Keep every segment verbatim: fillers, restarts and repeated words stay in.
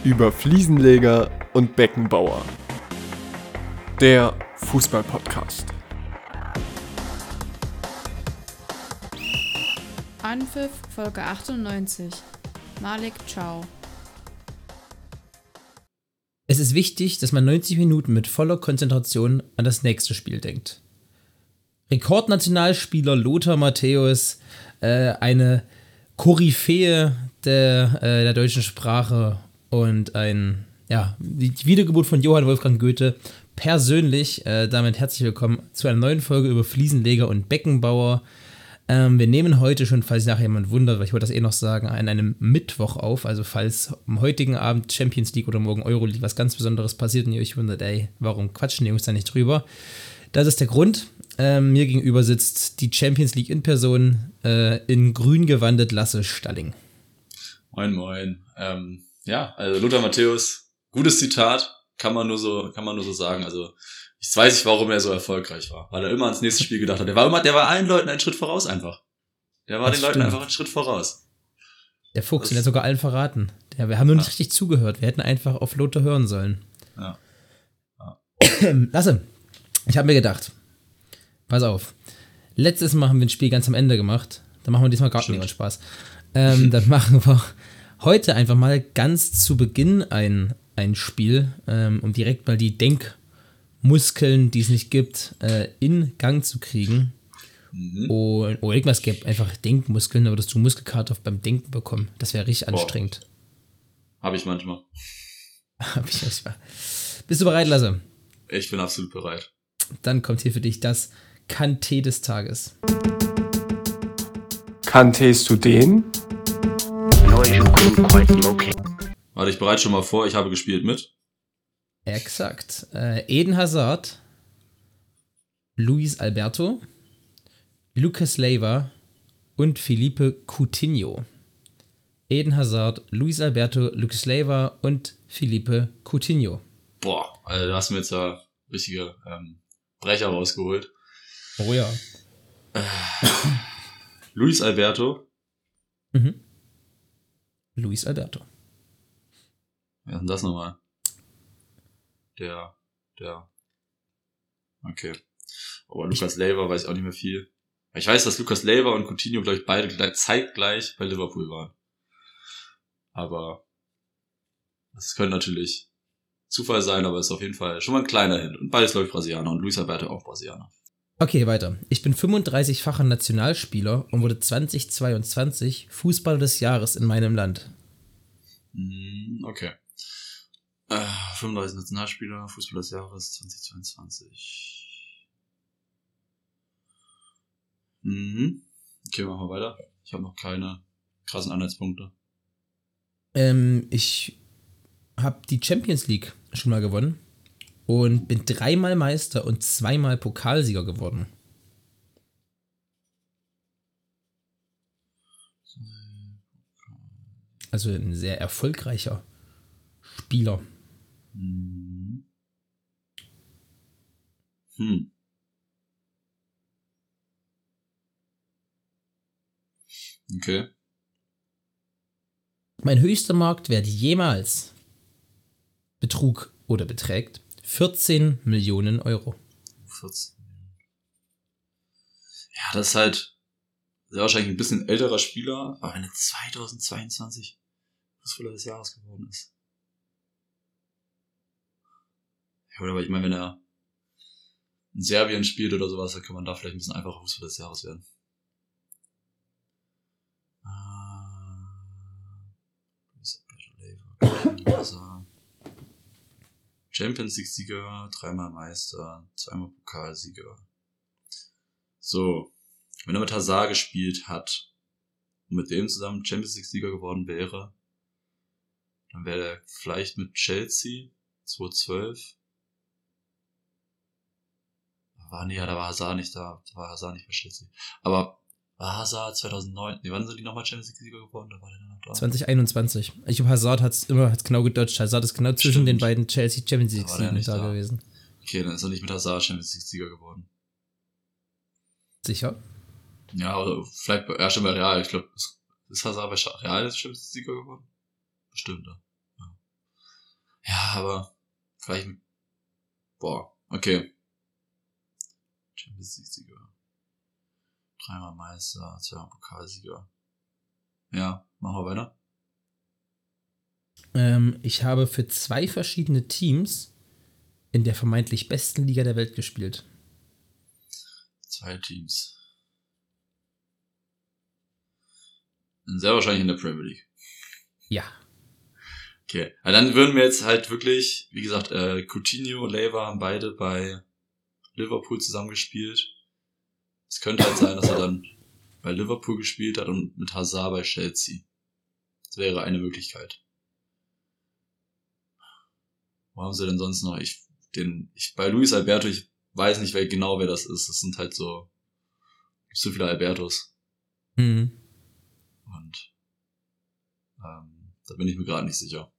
über Fliesenleger und Beckenbauer. Der Fußball-Podcast. Anpfiff Folge achtundneunzig. Malik Ciao. Es ist wichtig, dass man neunzig Minuten mit voller Konzentration an das nächste Spiel denkt. Rekordnationalspieler Lothar Matthäus, äh, eine Koryphäe der, äh, der deutschen Sprache und ein, ja, die Wiedergeburt von Johann Wolfgang Goethe persönlich. Äh, damit herzlich willkommen zu einer neuen Folge über Fliesenleger und Beckenbauer. Ähm, wir nehmen heute schon, falls nachher jemand wundert, weil ich wollte das eh noch sagen, an einem Mittwoch auf. Also falls am heutigen Abend Champions League oder morgen Euroleague was ganz Besonderes passiert und ihr euch wundert, ey, warum quatschen die Jungs da nicht drüber? Das ist der Grund. Ähm, mir gegenüber sitzt die Champions League in Person, äh, in grün gewandet Lasse Stalling. Moin, moin. Ähm, ja, also Lothar Matthäus, gutes Zitat, kann man nur so, kann man nur so sagen. Also ich weiß nicht, warum er so erfolgreich war, weil er immer ans nächste Spiel gedacht hat. Der war immer, der war allen Leuten einen Schritt voraus einfach. Der war Das den Leuten stimmt. einfach einen Schritt voraus. Der Fuchs, Das- den hat sogar allen verraten. Der, wir haben nur nicht Ja. richtig zugehört. Wir hätten einfach auf Lothar hören sollen. Ja. Lasse, ich habe mir gedacht, pass auf, letztes Mal haben wir ein Spiel ganz am Ende gemacht. Dann machen wir diesmal gar Stimmt. nicht Spaß. Ähm, dann machen wir heute einfach mal ganz zu Beginn ein, ein Spiel, ähm, um direkt mal die Denkmuskeln, die es nicht gibt, äh, in Gang zu kriegen. Mhm. Und, oder irgendwas gibt, einfach Denkmuskeln, oder dass du Muskelkater beim Denken bekommen. Das wäre richtig Boah. anstrengend. Habe ich manchmal. Hab ich echt mal. Bist du bereit, Lasse? Ich bin absolut bereit. Dann kommt hier für dich das Kanté des Tages. Kanntest du den? Warte, ich bereite schon mal vor, ich habe gespielt mit. Exakt. Äh, Eden Hazard, Luis Alberto, Lucas Leiva und Felipe Coutinho. Eden Hazard, Luis Alberto, Lucas Leiva und Felipe Coutinho. Boah, also da hast du mir jetzt da richtige ähm, Brecher rausgeholt. Oh ja. Luis Alberto. Mhm. Luis Alberto. Wer ist denn das nochmal? Der, der. Okay. Aber Lucas Leiva weiß ich auch nicht mehr viel. Ich weiß, dass Lucas Leiva und Coutinho, glaube ich, beide gleich, zeitgleich bei Liverpool waren. Aber das könnte natürlich Zufall sein, aber ist auf jeden Fall schon mal ein kleiner Hint. Und beides, glaube ich, Brasilianer und Luis Alberto auch Brasilianer. Okay, weiter. Ich bin fünfunddreißig-facher Nationalspieler und wurde zweitausendzweiundzwanzig Fußballer des Jahres in meinem Land. Mm, Okay. Äh, fünfunddreißig Nationalspieler, Fußball des Jahres zweitausendzweiundzwanzig. Mhm. Okay, machen wir weiter. Ich habe noch keine krassen Anhaltspunkte. Ähm, ich habe die Champions League schon mal gewonnen und bin dreimal Meister und zweimal Pokalsieger geworden. Also ein sehr erfolgreicher Spieler. Mhm. Hm. Okay. Mein höchster Marktwert jemals betrug oder beträgt vierzehn Millionen Euro. vierzehn. Ja, das ist halt sehr wahrscheinlich ein bisschen älterer Spieler, aber wenn er zweitausendzweiundzwanzig Fußballer des Jahres geworden ist. Ja, oder aber ich meine, wenn er in Serbien spielt oder sowas, dann kann man da vielleicht ein bisschen einfacher Fußballer des Jahres werden. Ah, Champions League-Sieger, dreimal Meister, zweimal Pokalsieger. So, wenn er mit Hazard gespielt hat und mit dem zusammen Champions League-Sieger geworden wäre, dann wäre er vielleicht mit Chelsea zweitausendzwölf. War nee, ja, da war Hazard nicht da, da war Hazard nicht bei Chelsea. Aber war Hazard zweitausendneun, nee, wann sind die nochmal Champions League-Sieger geworden? Da war der dann noch da. zwanzig einundzwanzig. Ich glaube, Hazard hat es immer hat's genau gedodged. Hazard ist genau zwischen Stimmt. den beiden Chelsea Champions Da war der League-Siegen nicht da da. gewesen. Okay, dann ist er nicht mit Hazard Champions League-Sieger geworden. Sicher? Ja, oder vielleicht bei, ja, stimmt, bei Real. Ich glaube, ist, ist Hazard bei Scha- Real Champions League-Sieger geworden? Bestimmt, ja. Ja. aber vielleicht mit, boah, okay. Champions League-Sieger. Dreimal Meister, zweimal Pokalsieger. Ja, machen wir weiter. Ähm, ich habe für zwei verschiedene Teams in der vermeintlich besten Liga der Welt gespielt. Zwei Teams. Sehr wahrscheinlich in der Premier League. Ja. Okay, ja, dann würden wir jetzt halt wirklich, wie gesagt, äh, Coutinho und Leiva haben beide bei Liverpool zusammengespielt. Es könnte halt sein, dass er dann bei Liverpool gespielt hat und mit Hazard bei Chelsea. Das wäre eine Möglichkeit. Wo haben sie denn sonst noch? Ich, den, ich, bei Luis Alberto, ich weiß nicht wer genau, wer das ist. Das sind halt so, gibt so viele Albertos. Mhm. Und, ähm, da bin ich mir gerade nicht sicher.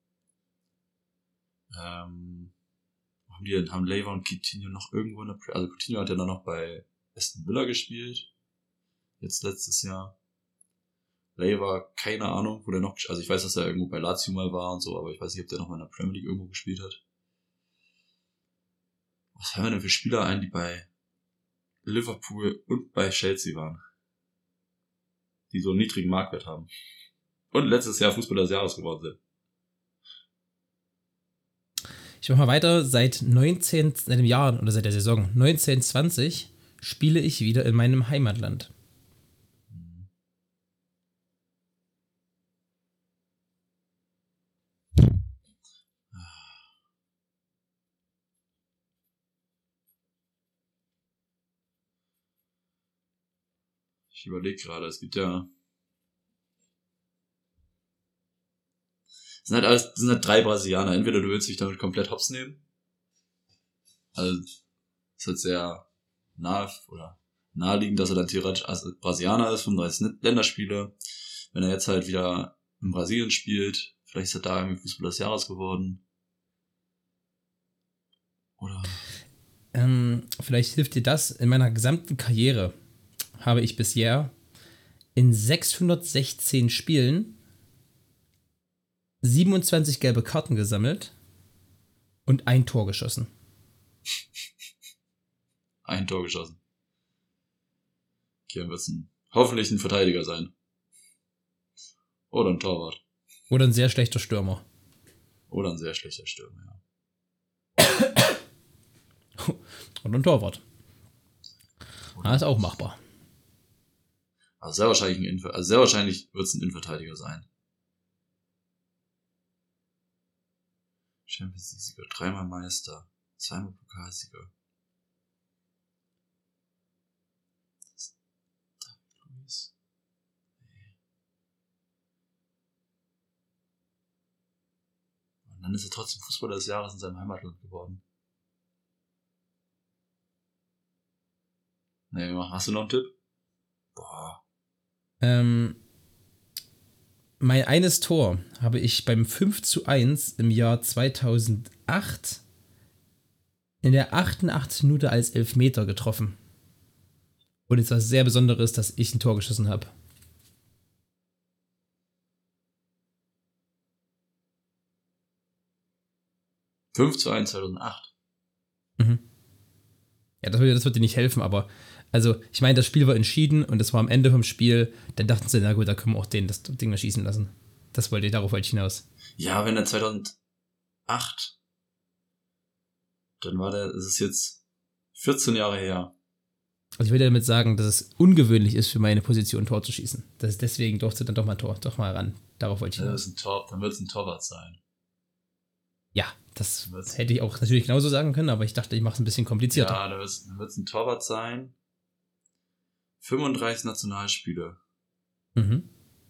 Ähm, haben die, haben Leiva und Coutinho noch irgendwo in der Pre- also Coutinho hat ja dann noch bei Aston Villa gespielt. Jetzt letztes Jahr. Leiva, keine Ahnung, wo der noch, also ich weiß, dass er irgendwo bei Lazio mal war und so, aber ich weiß nicht, ob der noch mal in der Premier League irgendwo gespielt hat. Was haben wir denn für Spieler ein, die bei Liverpool und bei Chelsea waren? Die so einen niedrigen Marktwert haben. Und letztes Jahr Fußballer des Jahres geworden sind. Ich mache mal weiter. Seit neunzehn, seit dem Jahr oder seit der Saison neunzehn zwanzig spiele ich wieder in meinem Heimatland. Ich überlege gerade, es gibt ja... Es sind halt alles, es sind halt drei Brasilianer. Entweder du willst dich damit komplett hops nehmen. Also, es ist halt sehr nah oder naheliegend, dass er dann theoretisch als Brasilianer ist, fünfunddreißig Länderspiele. Wenn er jetzt halt wieder in Brasilien spielt, vielleicht ist er da irgendwie Fußballer des Jahres geworden. Oder... Ähm, vielleicht hilft dir das. In meiner gesamten Karriere habe ich bisher in sechshundertsechzehn Spielen siebenundzwanzig gelbe Karten gesammelt und ein Tor geschossen. Ein Tor geschossen. Okay, dann wird es ein, hoffentlich ein Verteidiger sein. Oder ein Torwart. Oder ein sehr schlechter Stürmer. Oder ein sehr schlechter Stürmer, ja. Oder ein Torwart. Ah, ist auch machbar. Also sehr wahrscheinlich ein Inver- also sehr wahrscheinlich wird es ein Innenverteidiger sein. Champions League-Sieger, dreimal Meister, zweimal Pokalsieger. Das David Luiz? Nee. Und dann ist er trotzdem Fußballer des Jahres in seinem Heimatland geworden. Nee, hast du noch einen Tipp? Boah. Ähm, mein eines Tor habe ich beim fünf zu eins im Jahr zweitausendacht in der achtundachtzigsten Minute als Elfmeter getroffen. Und es war sehr Besonderes, dass ich ein Tor geschossen habe. fünf zu eins zweitausendacht. Mhm. Ja, das wird, das wird dir nicht helfen, aber also, ich meine, das Spiel war entschieden und es war am Ende vom Spiel, dann dachten sie, na gut, da können wir auch den das Ding mal schießen lassen. Das wollte ich, darauf wollte ich hinaus. Ja, wenn er zweitausendacht, dann war der, es ist jetzt vierzehn Jahre her. Also ich will damit sagen, dass es ungewöhnlich ist, für meine Position ein Tor zu schießen. Das ist deswegen durfte dann doch mal Tor, doch mal ran. Darauf wollte ich Ja, hinaus. das ist ein Tor, dann wird es ein Torwart sein. Ja, das Was? hätte ich auch natürlich genauso sagen können, aber ich dachte, ich mache es ein bisschen komplizierter. Ja, dann wird es ein Torwart sein. fünfunddreißig Nationalspiele. Mhm.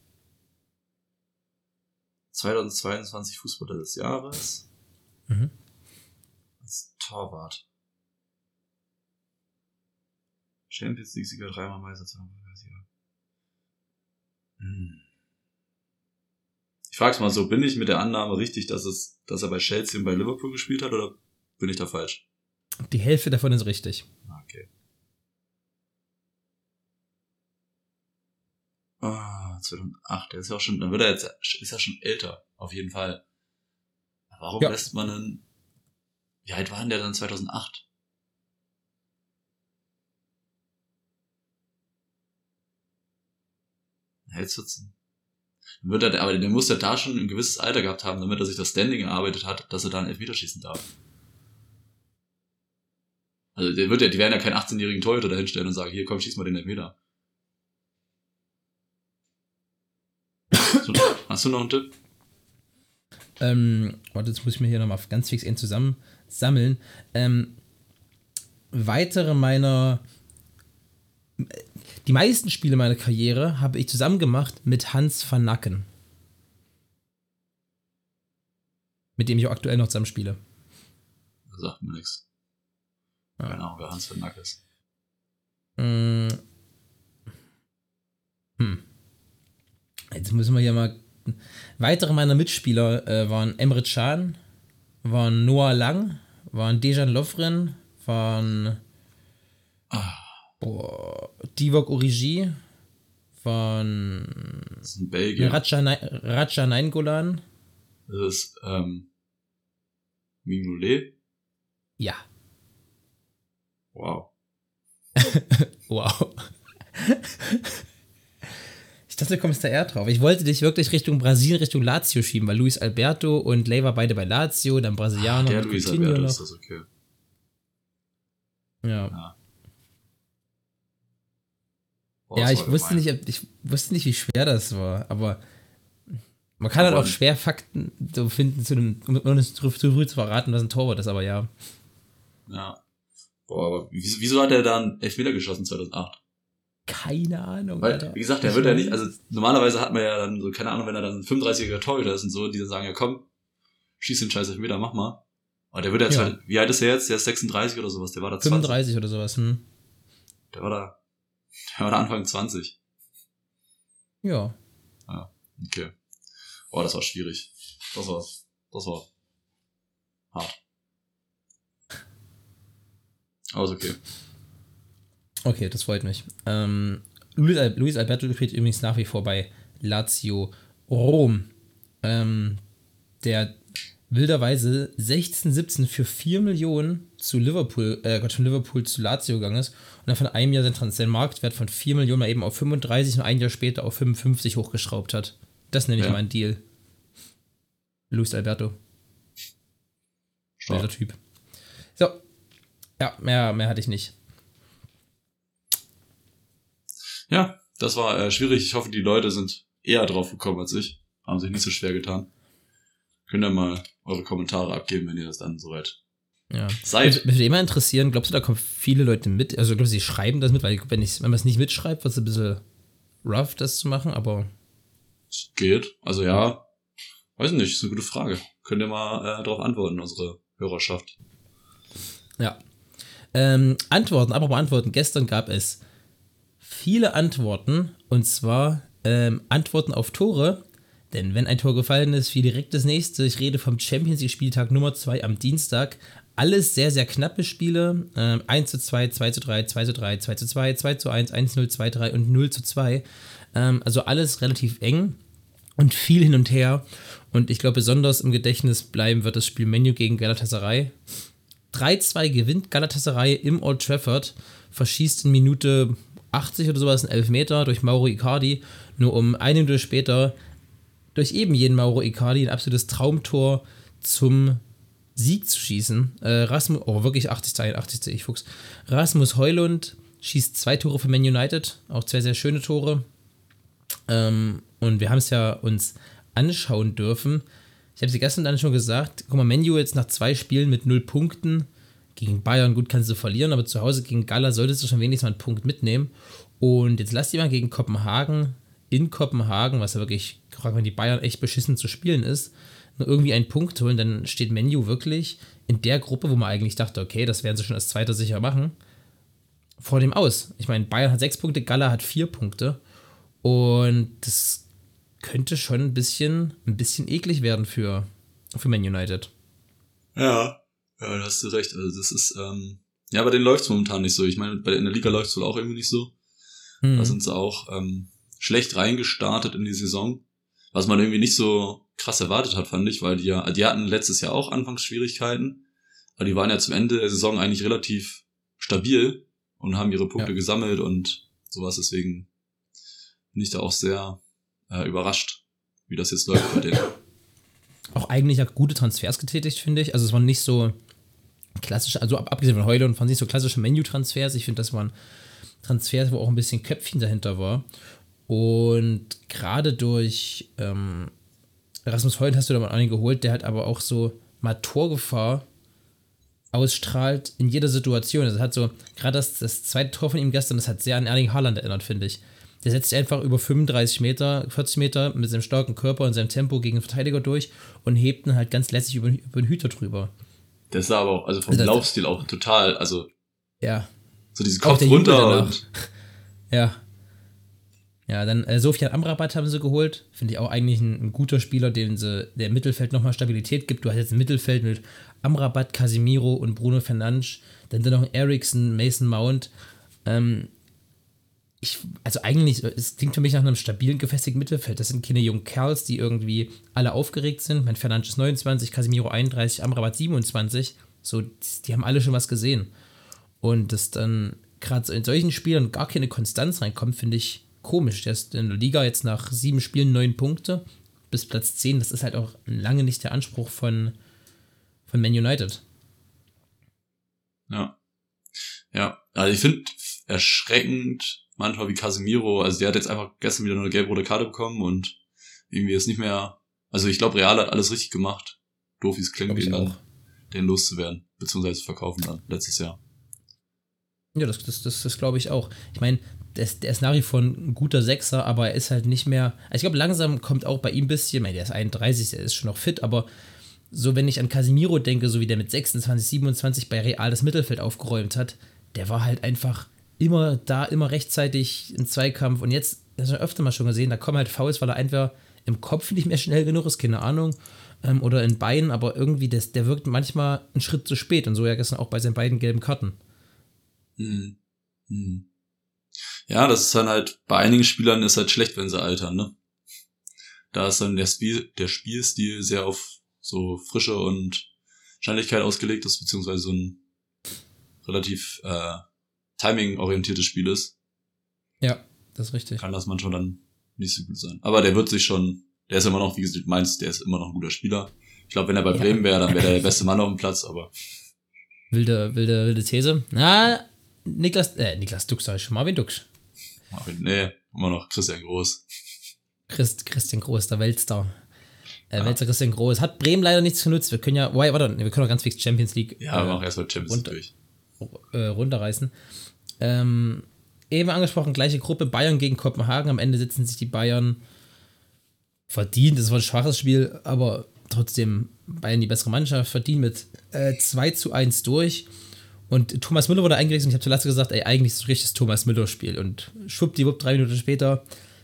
zweitausendzweiundzwanzig Fußballer des Jahres. Mhm. Als Torwart. Champions League-Sieger, dreimal Meister, zweimal Pokalsieger. Hm. Ich frag's mal so, bin ich mit der Annahme richtig, dass es, dass er bei Chelsea und bei Liverpool gespielt hat, oder bin ich da falsch? Die Hälfte davon ist richtig. Okay. Ah, zweitausendacht, der ist ja auch schon, dann wird er jetzt, ist ja schon älter, auf jeden Fall. warum Ja. lässt man denn, wie alt war denn der dann zweitausendacht? Jetzt wird's, wird er, aber der muss ja da schon ein gewisses Alter gehabt haben, damit er sich das Standing erarbeitet hat, dass er da einen Elfmeter schießen darf. Also der wird ja, die werden ja keinen achtzehnjährigen Torhüter da hinstellen und sagen, hier komm, schieß mal den Elfmeter. Hast du, hast du noch einen Tipp? Ähm, warte, jetzt muss ich mir hier nochmal ganz fix einen zusammen sammeln. Ähm, weitere meiner, die meisten Spiele meiner Karriere habe ich zusammen gemacht mit Hans van Nacken. Mit dem ich auch aktuell noch zusammen spiele. Das sagt mir nichts. Ja. Genau, wer Hans van Nacken ist. Mm. Hm. Jetzt müssen wir hier mal. Weitere meiner Mitspieler äh, waren Emre Can, waren Noah Lang, waren Dejan Lovren, waren Ah, boah, Divock Origi, waren das ist ein Belgier. Raja, Raja Nainggolan. Das ist, ähm, Mignolet. Ja, Wow. wow. Ich dachte, du kommst da eher drauf. Ich wollte dich wirklich Richtung Brasilien, Richtung Lazio schieben, weil Luis Alberto und Ley war beide bei Lazio, dann Brasilianer. Der mit Luis Coutinho Alberto noch. ist das okay. Ja. Ja. Boah, Ja, das ich war wusste, gemein. nicht, ich wusste nicht, wie schwer das war, aber man kann halt Aber- auch schwer Fakten so finden, zu dem, um ohne es zu zu früh zu verraten, was ein Torwart ist, aber ja. Ja. Boah, aber wieso, wieso hat er dann Elfmeter geschossen zweitausendacht? Keine Ahnung, Weil, Alter. wie gesagt, der Ich wird ja weiß nicht, also normalerweise hat man ja dann so, keine Ahnung, wenn er dann ein fünfunddreißiger Torhüter ist und so, die dann sagen, ja komm, schieß den scheiß Elfmeter, mach mal. Aber der wird jetzt Ja. halt, wie alt ist der jetzt? Der ist sechsunddreißig oder sowas, der war da zwanzig. fünfunddreißig oder sowas, hm. Der war da, der war da Anfang zwanzig. Ja. Okay. Oh, das war schwierig. Das war, das war hart. Aber ist okay. Okay, das freut mich. Ähm, Luis, Al- Luis Alberto spielt übrigens nach wie vor bei Lazio Rom. Ähm, der wilderweise sechzehn siebzehn für vier Millionen zu Liverpool, äh Gott, von Liverpool zu Lazio gegangen ist und dann von einem Jahr seinen, seinen Marktwert von vier Millionen mal eben auf fünfunddreißig und ein Jahr später auf fünfundfünfzig hochgeschraubt hat. Das nenne ich Ja. mal einen Deal. Luis Alberto. Wilder Stark. Typ. So. Ja, mehr, mehr hatte ich nicht. Ja, das war äh, schwierig. Ich hoffe, die Leute sind eher drauf gekommen als ich. Haben sich nicht so schwer getan. Könnt ihr mal eure Kommentare abgeben, wenn ihr das dann soweit Ja. seid. Mich würde immer interessieren, glaubst du, da kommen viele Leute mit? Also, glaubst du, sie schreiben das mit? Weil, wenn, ich, wenn man es nicht mitschreibt, wird es ein bisschen rough, das zu machen, aber Es geht. Also ja, weiß nicht, ist eine gute Frage. Könnt ihr mal äh, darauf antworten, unsere Hörerschaft. ja. Ähm, Antworten, apropos Antworten. Gestern gab es viele Antworten, und zwar ähm, Antworten auf Tore. Denn wenn ein Tor gefallen ist, fiel direkt das nächste. Ich rede vom Champions League Spieltag Nummer zwei am Dienstag. Alles sehr, sehr knappe Spiele. Ähm, eins zu zwei, zwei zu drei, zwei zu drei, zwei zu zwei, zwei zu eins, eins zu null, zwei zu drei und null zu zwei. Ähm, also alles relativ eng und viel hin und her. Und ich glaube, besonders im Gedächtnis bleiben wird das Spiel Man U gegen Galatasaray. drei zu zwei gewinnt Galatasaray im Old Trafford, verschießt in Minute achtzig oder sowas einen Elfmeter durch Mauro Icardi, nur um eine Minute später durch eben jeden Mauro Icardi ein absolutes Traumtor zum Sieg zu schießen. Äh, Rasmus, oh wirklich achtzig, einundachtzig, ich Fuchs. Rasmus Højlund schießt zwei Tore für Man United, auch zwei sehr schöne Tore. Ähm, und wir haben es ja uns anschauen dürfen. Ich habe sie gestern dann schon gesagt, guck mal, Man U jetzt nach zwei Spielen mit null Punkten, gegen Bayern, gut, kannst du verlieren, aber zu Hause gegen Gala solltest du schon wenigstens mal einen Punkt mitnehmen. Und jetzt lass die mal gegen Kopenhagen, in Kopenhagen, was ja wirklich, gerade wenn die Bayern echt beschissen zu spielen ist, nur irgendwie einen Punkt holen, dann steht Man U wirklich in der Gruppe, wo man eigentlich dachte, okay, das werden sie schon als Zweiter sicher machen, vor dem aus. Ich meine, Bayern hat sechs Punkte, Gala hat vier Punkte und das könnte schon ein bisschen, ein bisschen eklig werden für, für Man United. Ja, ja, da hast du recht. Also das ist, ähm, ja, bei denen läuft's momentan nicht so. Ich meine, bei in der Liga läuft's wohl auch irgendwie nicht so. Hm. Da sind sie auch ähm, schlecht reingestartet in die Saison. Was man irgendwie nicht so krass erwartet hat, fand ich, weil die ja, die hatten letztes Jahr auch Anfangsschwierigkeiten, aber die waren ja zum Ende der Saison eigentlich relativ stabil und haben ihre Punkte ja. gesammelt und sowas, deswegen bin ich da auch sehr äh, überrascht, wie das jetzt läuft bei denen. Auch eigentlich auch gute Transfers getätigt, finde ich. Also es waren nicht so klassische, also abgesehen von Heule und von nicht so klassische Menu-Transfers. Ich finde, das waren Transfers, wo auch ein bisschen Köpfchen dahinter war. Und gerade durch ähm, Rasmus Højlund hast du da mal einen geholt, der hat aber auch so mal Torgefahr ausstrahlt in jeder Situation. Also hat so, gerade das, das zweite Tor von ihm gestern, das hat sehr an Erling Haaland erinnert, finde ich. Der setzt einfach über fünfunddreißig Meter, vierzig Meter mit seinem starken Körper und seinem Tempo gegen den Verteidiger durch und hebt ihn halt ganz lässig über, über den Hüter drüber. Das ist aber auch, also vom also Laufstil auch total, also ja. So diesen Kopf runter und ja. Ja, dann äh, Sofian Amrabat haben sie geholt. Finde ich auch eigentlich ein, ein guter Spieler, den sie, der im Mittelfeld nochmal Stabilität gibt. Du hast jetzt ein Mittelfeld mit Amrabat, Casemiro und Bruno Fernandes. Dann sind noch ein Eriksen, Mason Mount. Ähm, ich, also eigentlich, es klingt für mich nach einem stabilen, gefestigten Mittelfeld. Das sind keine jungen Kerls, die irgendwie alle aufgeregt sind. Mein Fernandes neunundzwanzig, Casemiro einunddreißig, Amrabat siebenundzwanzig. So, die, die haben alle schon was gesehen. Und dass dann gerade in solchen Spielen gar keine Konstanz reinkommt, finde ich komisch. Der ist in der Liga jetzt nach sieben Spielen neun Punkte bis Platz zehn. Das ist halt auch lange nicht der Anspruch von, von Man United. Ja. Ja, also ich finde erschreckend manchmal wie Casemiro, also der hat jetzt einfach gestern wieder eine gelb-rote Karte bekommen und irgendwie ist nicht mehr, also ich glaube Real hat alles richtig gemacht. Doof wie es klingt, ihn dann den loszuwerden, beziehungsweise verkaufen dann letztes Jahr. Ja, das, das, das, das glaube ich auch. Ich meine, der ist, der ist nach wie vor ein guter Sechser, aber er ist halt nicht mehr, also ich glaube langsam kommt auch bei ihm ein bisschen, ich meine, der ist einunddreißig, der ist schon noch fit, aber so wenn ich an Casemiro denke, so wie der mit sechsundzwanzig, siebenundzwanzig bei Real das Mittelfeld aufgeräumt hat, der war halt einfach immer da, immer rechtzeitig im Zweikampf und jetzt, das haben wir öfter mal schon gesehen, da kommen halt Fouls, weil er einfach im Kopf nicht mehr schnell genug ist, keine Ahnung, ähm, oder in Beinen, aber irgendwie, das, der wirkt manchmal einen Schritt zu spät und so ja gestern auch bei seinen beiden gelben Karten. Hm. Hm. Ja, das ist dann halt, bei einigen Spielern ist halt schlecht, wenn sie altern, ne? Da ist dann der, Spiel, der Spielstil sehr auf so Frische und Schnelligkeit ausgelegt ist, beziehungsweise so ein relativ äh, timing-orientiertes Spiel ist. Ja, das ist richtig. Kann das manchmal dann nicht so gut sein. Aber der wird sich schon, der ist immer noch, wie du meinst, der ist immer noch ein guter Spieler. Ich glaube, wenn er bei ja. Bremen wäre, dann wäre der der beste Mann auf dem Platz, aber wilde, wilde, wilde These. Na, Niklas, äh, Niklas Dux, sag ich schon, Marvin Dux. Marvin, nee, immer noch Christian Groß. Christ, Christian Groß, der Weltstar. Äh, ja. Weltstar Christian Groß. Hat Bremen leider nichts genutzt. Wir können ja, wait, warte, wir können auch ganz fix Champions League. Ja, äh, wir machen erstmal Champions League durch. Äh, runterreißen. Ähm, eben angesprochen, gleiche Gruppe, Bayern gegen Kopenhagen. Am Ende sitzen sich die Bayern verdient. Das war ein schwaches Spiel, aber trotzdem Bayern die bessere Mannschaft, verdient mit äh, zwei zu eins durch. Und Thomas Müller wurde eingewechselt und ich habe zuletzt gesagt, ey, eigentlich ist es ein richtiges Thomas Müller-Spiel. Und schwuppdiwupp, drei Minuten später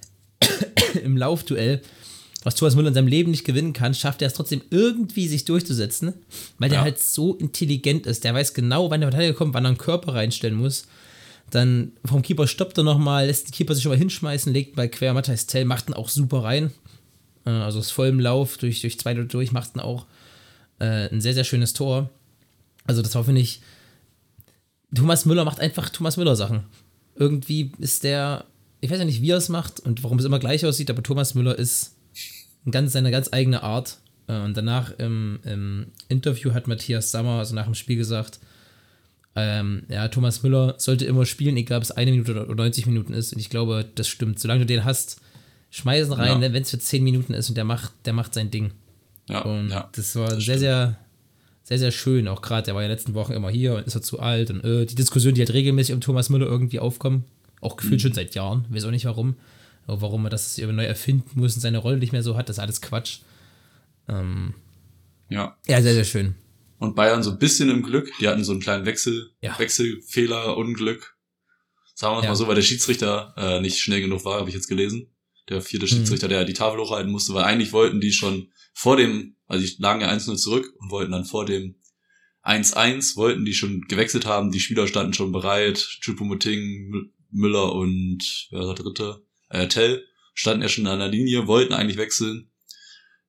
im Laufduell, was Thomas Müller in seinem Leben nicht gewinnen kann, schafft er es trotzdem irgendwie, sich durchzusetzen, weil der ja. halt so intelligent ist. Der weiß genau, wann der Verteidiger kommt, wann er einen Körper reinstellen muss. Dann vom Keeper stoppt er nochmal, lässt den Keeper sich schon mal hinschmeißen, legt bei quer Matthias Tell, macht ihn auch super rein. Also aus vollem Lauf, durch, durch zwei durch, macht ihn auch äh, ein sehr, sehr schönes Tor. Also das war, finde ich, Thomas Müller macht einfach Thomas Müller Sachen. Irgendwie ist der, ich weiß ja nicht, wie er es macht und warum es immer gleich aussieht, aber Thomas Müller ist ein ganz, seine ganz eigene Art. Und danach im, im Interview hat Matthias Sammer, also nach dem Spiel gesagt, ähm, ja, Thomas Müller sollte immer spielen, egal ob es eine Minute oder neunzig Minuten ist. Und ich glaube, das stimmt. Solange du den hast, schmeißen rein, ja. wenn es für zehn Minuten ist und der macht, der macht sein Ding. Ja, und ja, das war das sehr, sehr, sehr, sehr schön. Auch gerade, der war ja in den letzten Wochen immer hier und ist er zu alt. Und äh, die Diskussion, die halt regelmäßig um Thomas Müller irgendwie aufkommen, auch gefühlt mhm. schon seit Jahren, weiß auch nicht warum. Aber warum er das neu erfinden muss und seine Rolle nicht mehr so hat, das ist alles Quatsch. Ähm, ja. Ja, sehr, sehr schön. Und Bayern so ein bisschen im Glück. Die hatten so einen kleinen Wechsel, ja. Wechselfehler, Unglück. Sagen wir es ja. mal so, weil der Schiedsrichter äh, nicht schnell genug war, habe ich jetzt gelesen. Der vierte Schiedsrichter, mhm. der die Tafel hochhalten musste, weil eigentlich wollten die schon vor dem, also die lagen ja eins null zurück und wollten dann vor dem eins eins, wollten die schon gewechselt haben. Die Spieler standen schon bereit. Choupo-Moting, Müller und wer war der dritte? Äh, Tell standen ja schon an der Linie, wollten eigentlich wechseln.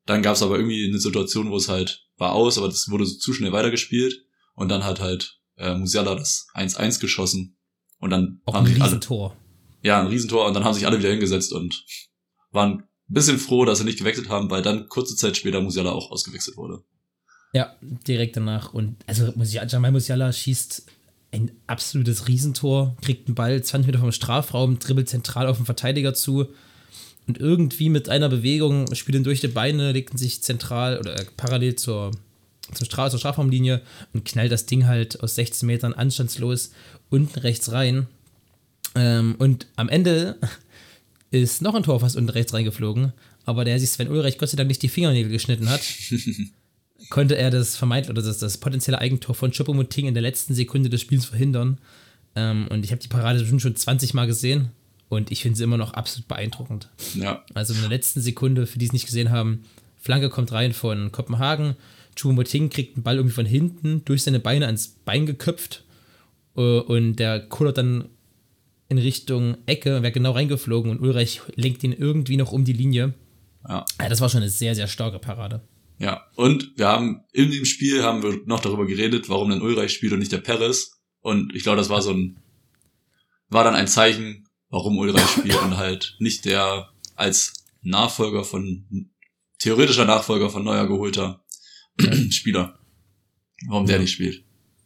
Dann gab es aber irgendwie eine Situation, wo es halt war aus, aber das wurde so zu schnell weitergespielt. Und dann hat halt äh, Musiala das eins eins geschossen. Und dann Auch haben ein sich alle, Riesentor. ja, ein Riesentor. Und dann haben sich alle wieder hingesetzt und waren ein bisschen froh, dass sie nicht gewechselt haben, weil dann kurze Zeit später Musiala auch ausgewechselt wurde. Ja, direkt danach. Und also Musiala, Jamal Musiala schießt ein absolutes Riesentor, kriegt einen Ball zwanzig Meter vom Strafraum, dribbelt zentral auf den Verteidiger zu und irgendwie mit einer Bewegung spielt ihn durch die Beine, legt ihn sich zentral oder äh, parallel zur, zur, Stra- zur Strafraumlinie und knallt das Ding halt aus sechzehn Metern anstandslos unten rechts rein. Ähm, und am Ende ist noch ein Tor fast unten rechts reingeflogen, aber der sich Sven Ulreich Gott sei Dank nicht die Fingernägel geschnitten hat, konnte er das vermeint oder das, das potenzielle Eigentor von Choupo-Moting in der letzten Sekunde des Spiels verhindern. Ähm, und ich habe die Parade schon, schon zwanzig Mal gesehen und ich finde sie immer noch absolut beeindruckend. Ja. Also in der letzten Sekunde, für die es nicht gesehen haben, Flanke kommt rein von Kopenhagen, Choupo-Moting kriegt einen Ball irgendwie von hinten durch seine Beine ans Bein geköpft äh, und der kullert dann in Richtung Ecke und wäre genau reingeflogen und Ulreich lenkt ihn irgendwie noch um die Linie. Ja. Ja, das war schon eine sehr, sehr starke Parade. Ja, und wir haben in dem Spiel haben wir noch darüber geredet, warum denn Ulreich spielt und nicht der Perez. Und ich glaube, das war so ein, war dann ein Zeichen, warum Ulreich spielt und halt nicht der als Nachfolger von, theoretischer Nachfolger von Neuer geholter Spieler. Warum der nicht spielt.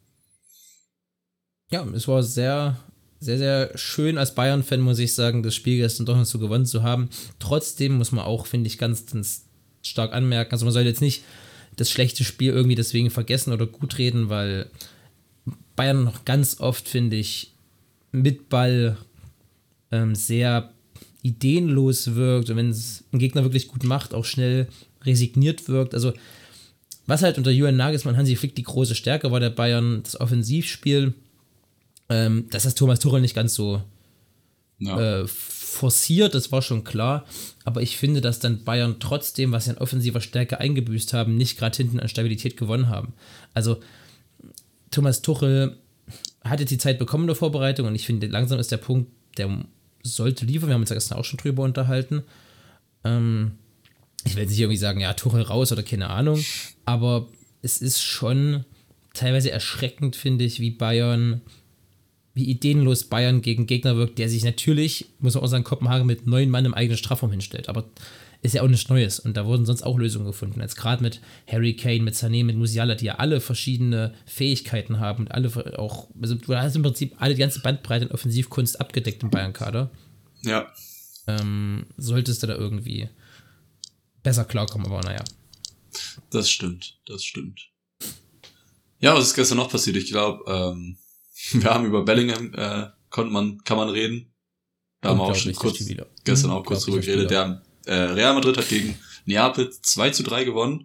Ja, es war sehr, sehr, sehr schön als Bayern-Fan, muss ich sagen, das Spiel gestern doch noch so gewonnen zu haben. Trotzdem muss man auch, finde ich, ganz, ganz stark anmerken. Also man sollte jetzt nicht das schlechte Spiel irgendwie deswegen vergessen oder gut reden, weil Bayern noch ganz oft, finde ich, mit Ball ähm, sehr ideenlos wirkt und wenn es ein Gegner wirklich gut macht, auch schnell resigniert wirkt. Also was halt unter Julian Nagelsmann, Hansi Flick die große Stärke war der Bayern, das Offensivspiel, ähm, dass das Thomas Tuchel nicht ganz so ja. äh, forciert, das war schon klar, aber ich finde, dass dann Bayern trotzdem, was sie an offensiver Stärke eingebüßt haben, nicht gerade hinten an Stabilität gewonnen haben. Also Thomas Tuchel hat jetzt die Zeit bekommen in der Vorbereitung und ich finde, langsam ist der Punkt, der sollte liefern, wir haben uns ja gestern auch schon drüber unterhalten. Ähm, ich will jetzt nicht irgendwie sagen, ja, Tuchel raus oder keine Ahnung, aber es ist schon teilweise erschreckend, finde ich, wie Bayern wie ideenlos Bayern gegen Gegner wirkt, der sich natürlich, muss man auch sagen, Kopenhagen mit neun Mann im eigenen Strafraum hinstellt. Aber ist ja auch nichts Neues. Und da wurden sonst auch Lösungen gefunden. Jetzt gerade mit Harry Kane, mit Sané, mit Musiala, die ja alle verschiedene Fähigkeiten haben und alle auch, also du hast im Prinzip alle, die ganze Bandbreite in Offensivkunst abgedeckt im Bayern-Kader. Ja. Ähm, solltest du da irgendwie besser klarkommen, aber naja. Das stimmt, das stimmt. Ja, was ist gestern noch passiert? Ich glaube, ähm, wir haben über Bellingham, äh, konnte man, kann man reden. Da haben wir auch schon kurz, gestern auch kurz drüber geredet. Der, äh, Real Madrid hat gegen Neapel zwei zu drei gewonnen.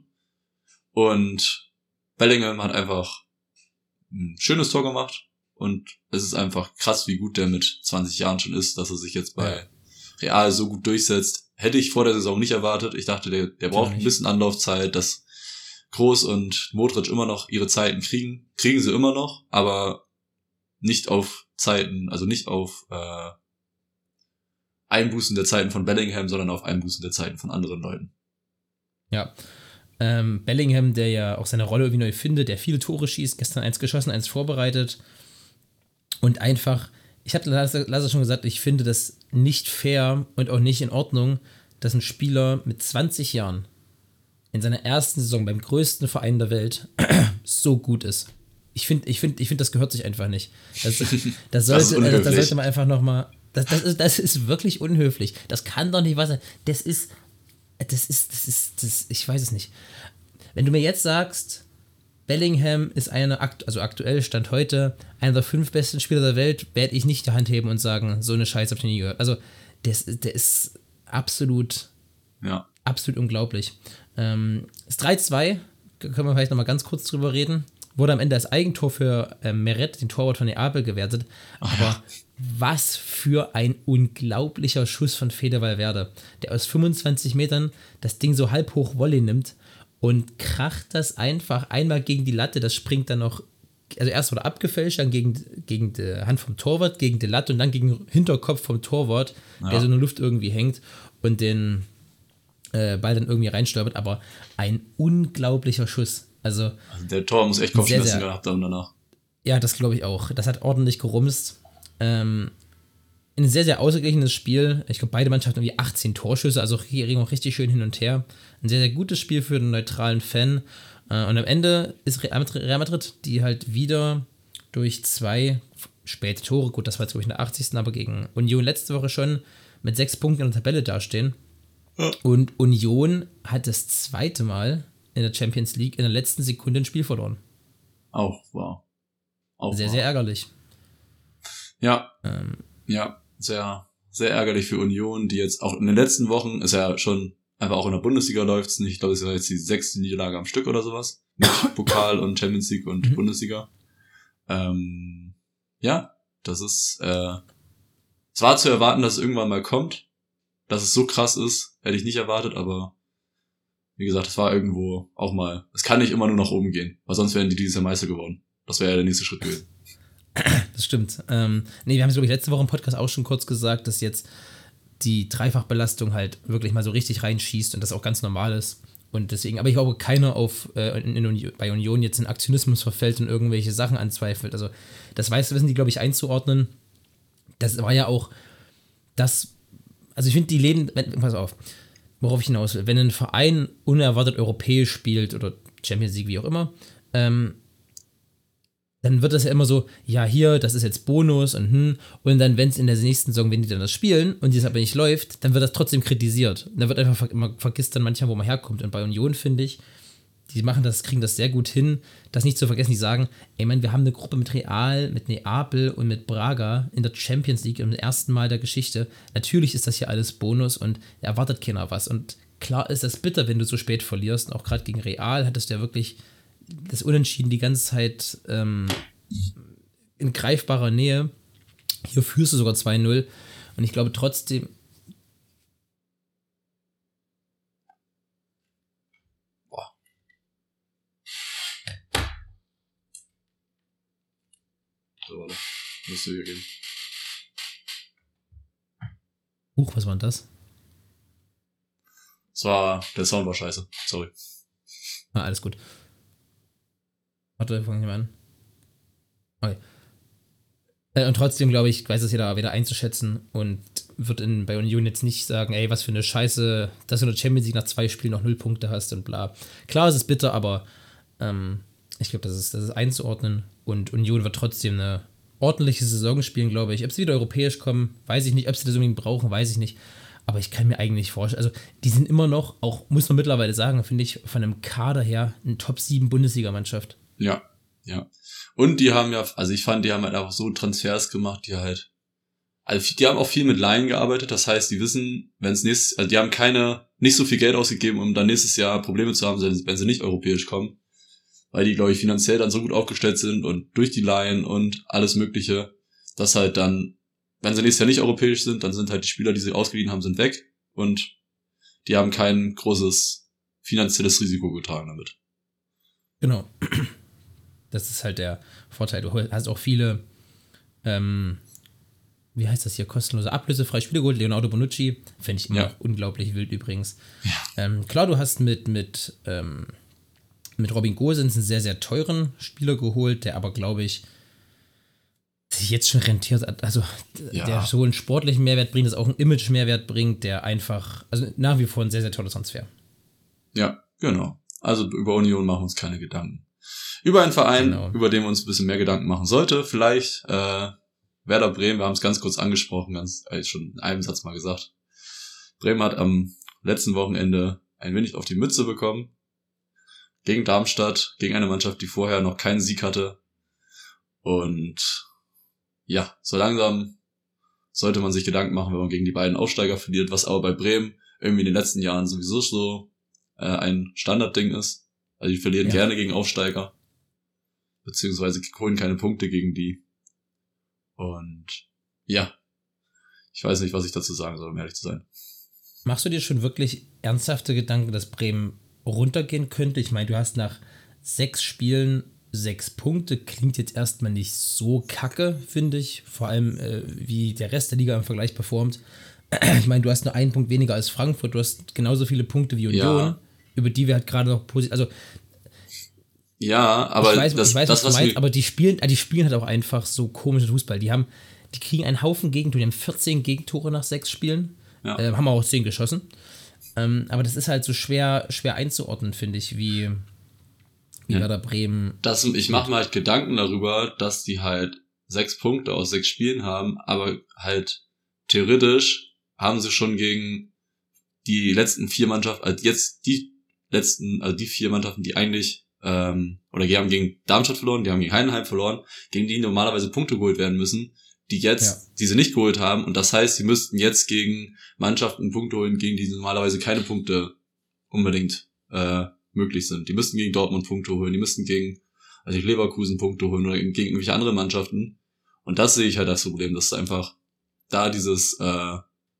Und Bellingham hat einfach ein schönes Tor gemacht. Und es ist einfach krass, wie gut der mit zwanzig Jahren schon ist, dass er sich jetzt bei ja. Real so gut durchsetzt. Hätte ich vor der Saison nicht erwartet. Ich dachte, der, der braucht ein bisschen Anlaufzeit, dass Kroos und Modric immer noch ihre Zeiten kriegen. Kriegen sie immer noch, aber nicht auf Zeiten, also nicht auf äh, Einbußen der Zeiten von Bellingham, sondern auf Einbußen der Zeiten von anderen Leuten. Ja, ähm, Bellingham, der ja auch seine Rolle irgendwie neu findet, der viele Tore schießt, gestern eins geschossen, eins vorbereitet und einfach, ich habe Lasse schon gesagt, ich finde das nicht fair und auch nicht in Ordnung, dass ein Spieler mit zwanzig Jahren in seiner ersten Saison beim größten Verein der Welt so gut ist. Ich finde, ich finde, ich finde, das gehört sich einfach nicht. Das, das, sollte, das, also, das sollte man einfach nochmal. Das, das, ist, das ist wirklich unhöflich. Das kann doch nicht was sein. Das ist. Das ist, das ist, das, ich weiß es nicht. Wenn du mir jetzt sagst, Bellingham ist einer, also aktuell Stand heute, einer der fünf besten Spieler der Welt, werde ich nicht die Hand heben und sagen, so eine Scheiße habt ihr nie gehört. Also, der ist, der ist absolut, ja. absolut unglaublich. Ähm, das drei zwei, können wir vielleicht nochmal ganz kurz drüber reden. Wurde am Ende als Eigentor für äh, Meret, den Torwart von Neapel, gewertet. Aber ja. was für ein unglaublicher Schuss von Fede Valverde, der aus fünfundzwanzig Metern das Ding so halb hoch Volley nimmt und kracht das einfach einmal gegen die Latte. Das springt dann noch, also erst wurde abgefälscht, dann gegen, gegen die Hand vom Torwart, gegen die Latte und dann gegen den Hinterkopf vom Torwart, ja. der so in der Luft irgendwie hängt und den äh, Ball dann irgendwie reinstolpert, aber ein unglaublicher Schuss. Also, also der Tor muss echt Kopfschmerzen gehabt haben danach. Ja, das glaube ich auch. Das hat ordentlich gerumst. Ähm, ein sehr, sehr ausgeglichenes Spiel. Ich glaube, beide Mannschaften irgendwie achtzehn Torschüsse, also hier ging auch richtig schön hin und her. Ein sehr, sehr gutes Spiel für den neutralen Fan. Äh, und am Ende ist Real Madrid, die halt wieder durch zwei späte Tore, gut, das war jetzt glaube ich in der achtzigsten aber gegen Union letzte Woche schon, mit sechs Punkten in der Tabelle dastehen. Ja. Und Union hat das zweite Mal in der Champions League in der letzten Sekunde ein Spiel verloren. Auch, wow. Auch sehr, wow. sehr ärgerlich. Ja, ähm, ja, sehr, sehr ärgerlich für Union, die jetzt auch in den letzten Wochen, ist ja schon einfach auch in der Bundesliga läuft es nicht, ich glaube, es ist ja jetzt die sechste Niederlage am Stück oder sowas, mit Pokal und Champions League und mhm. Bundesliga. Ähm, ja, das ist, äh, es war zu erwarten, dass es irgendwann mal kommt, dass es so krass ist, hätte ich nicht erwartet, aber wie gesagt, es war irgendwo auch mal, es kann nicht immer nur nach oben gehen, weil sonst wären die dieses Jahr Meister geworden. Das wäre ja der nächste Schritt gewesen. Das stimmt. Ähm, nee, wir haben es, glaube ich, letzte Woche im Podcast auch schon kurz gesagt, dass jetzt die Dreifachbelastung halt wirklich mal so richtig reinschießt und das auch ganz normal ist. Und deswegen, aber ich glaube, keiner auf, äh, in, in Union, bei Union jetzt in Aktionismus verfällt und irgendwelche Sachen anzweifelt. Also, das weiß, wissen die, glaube ich, einzuordnen. Das war ja auch das, also ich finde, die leben, pass auf, worauf ich hinaus will, wenn ein Verein unerwartet europäisch spielt oder Champions League, wie auch immer, ähm, dann wird das ja immer so, ja, hier, das ist jetzt Bonus und hm, und dann, wenn es in der nächsten Saison, wenn die dann das spielen und die es aber nicht läuft, dann wird das trotzdem kritisiert. Und da wird einfach, man vergisst dann manchmal, wo man herkommt. Und bei Union, finde ich, die machen das, kriegen das sehr gut hin, das nicht zu vergessen. Die sagen, ey, man, wir haben eine Gruppe mit Real, mit Neapel und mit Braga in der Champions League im ersten Mal der Geschichte. Natürlich ist das hier alles Bonus und erwartet keiner was. Und klar ist das bitter, wenn du so spät verlierst. Und auch gerade gegen Real hattest du ja wirklich das Unentschieden die ganze Zeit ähm, in greifbarer Nähe. Hier führst du sogar zwei null. Und ich glaube trotzdem. Boah. So, warte. Müsste hier gehen. Huch, was war denn das? Das war, der Sound war scheiße. Sorry. Ah, alles gut. Warte, fangen wir mal an. Okay. Äh, und trotzdem, glaube ich, weiß es jeder wieder einzuschätzen und wird in, bei Union jetzt nicht sagen, ey, was für eine Scheiße, dass du in der Champions League nach zwei Spielen noch null Punkte hast und bla. Klar, es ist bitter, aber ähm, ich glaube, das ist, das ist einzuordnen und Union wird trotzdem eine ordentliche Saison spielen, glaube ich. Ob sie wieder europäisch kommen, weiß ich nicht. Ob sie das unbedingt brauchen, weiß ich nicht. Aber ich kann mir eigentlich vorstellen, also die sind immer noch, auch muss man mittlerweile sagen, finde ich, von einem Kader her eine Top sieben Bundesliga-Mannschaft. Ja, ja. Und die haben ja, also ich fand, die haben halt auch so Transfers gemacht, die halt, also die haben auch viel mit Laien gearbeitet, das heißt, die wissen, wenn es nächstes, also die haben keine, nicht so viel Geld ausgegeben, um dann nächstes Jahr Probleme zu haben, wenn sie nicht europäisch kommen, weil die, glaube ich, finanziell dann so gut aufgestellt sind und durch die Laien und alles Mögliche, dass halt dann, wenn sie nächstes Jahr nicht europäisch sind, dann sind halt die Spieler, die sie ausgeliehen haben, sind weg und die haben kein großes finanzielles Risiko getragen damit. Genau. Das ist halt der Vorteil. Du hast auch viele, ähm, wie heißt das hier, kostenlose ablösefreie Spiele geholt. Leonardo Bonucci, fände ich immer Ja. noch unglaublich wild übrigens. Ja. Ähm, klar, du hast mit, mit, ähm, mit Robin Gosens einen sehr, sehr teuren Spieler geholt, der aber, glaube ich, sich jetzt schon rentiert hat. Also, Ja. der sowohl einen sportlichen Mehrwert bringt, als auch einen Image-Mehrwert bringt, der einfach, also nach wie vor ein sehr, sehr toller Transfer. Ja, genau. Also über Union machen wir uns keine Gedanken. Über einen Verein, Genau. über den wir uns ein bisschen mehr Gedanken machen sollte, vielleicht äh, Werder Bremen, wir haben es ganz kurz angesprochen, ganz äh, schon in einem Satz mal gesagt. Bremen hat am letzten Wochenende ein wenig auf die Mütze bekommen. Gegen Darmstadt, gegen eine Mannschaft, die vorher noch keinen Sieg hatte. Und ja, so langsam sollte man sich Gedanken machen, wenn man gegen die beiden Aufsteiger verliert, was aber bei Bremen irgendwie in den letzten Jahren sowieso so äh, ein Standardding ist. Also die verlieren Ja. gerne gegen Aufsteiger. Beziehungsweise holen keine Punkte gegen die. Und ja, ich weiß nicht, was ich dazu sagen soll, um ehrlich zu sein. Machst du dir schon wirklich ernsthafte Gedanken, dass Bremen runtergehen könnte? Ich meine, du hast nach sechs Spielen sechs Punkte, klingt jetzt erstmal nicht so kacke, finde ich. Vor allem, äh, wie der Rest der Liga im Vergleich performt. Ich meine, du hast nur einen Punkt weniger als Frankfurt, du hast genauso viele Punkte wie Union, Ja. über die wir halt gerade noch positiv, also Ja, aber ich weiß, das, ich weiß das was du was meinst, mir, aber die spielen, die spielen halt auch einfach so komischen Fußball. Die haben, die kriegen einen Haufen Gegentore, die haben vierzehn Gegentore nach sechs Spielen, Ja. äh, haben auch zehn geschossen. Ähm, aber das ist halt so schwer, schwer einzuordnen, finde ich, wie, wie Ja. Werder Bremen. das, ich mache mir halt Gedanken darüber, dass die halt sechs Punkte aus sechs Spielen haben, aber halt theoretisch haben sie schon gegen die letzten vier Mannschaften, also jetzt die letzten, also die vier Mannschaften, die eigentlich, ähm, oder die haben gegen Darmstadt verloren, die haben gegen Heidenheim verloren, gegen die normalerweise Punkte geholt werden müssen, die jetzt, Ja. die sie nicht geholt haben, und das heißt, sie müssten jetzt gegen Mannschaften Punkte holen, gegen die normalerweise keine Punkte unbedingt äh, möglich sind. Die müssten gegen Dortmund Punkte holen, die müssten gegen, also Leverkusen Punkte holen oder gegen irgendwelche andere Mannschaften. Und das sehe ich halt das Problem, dass einfach da dieses, äh,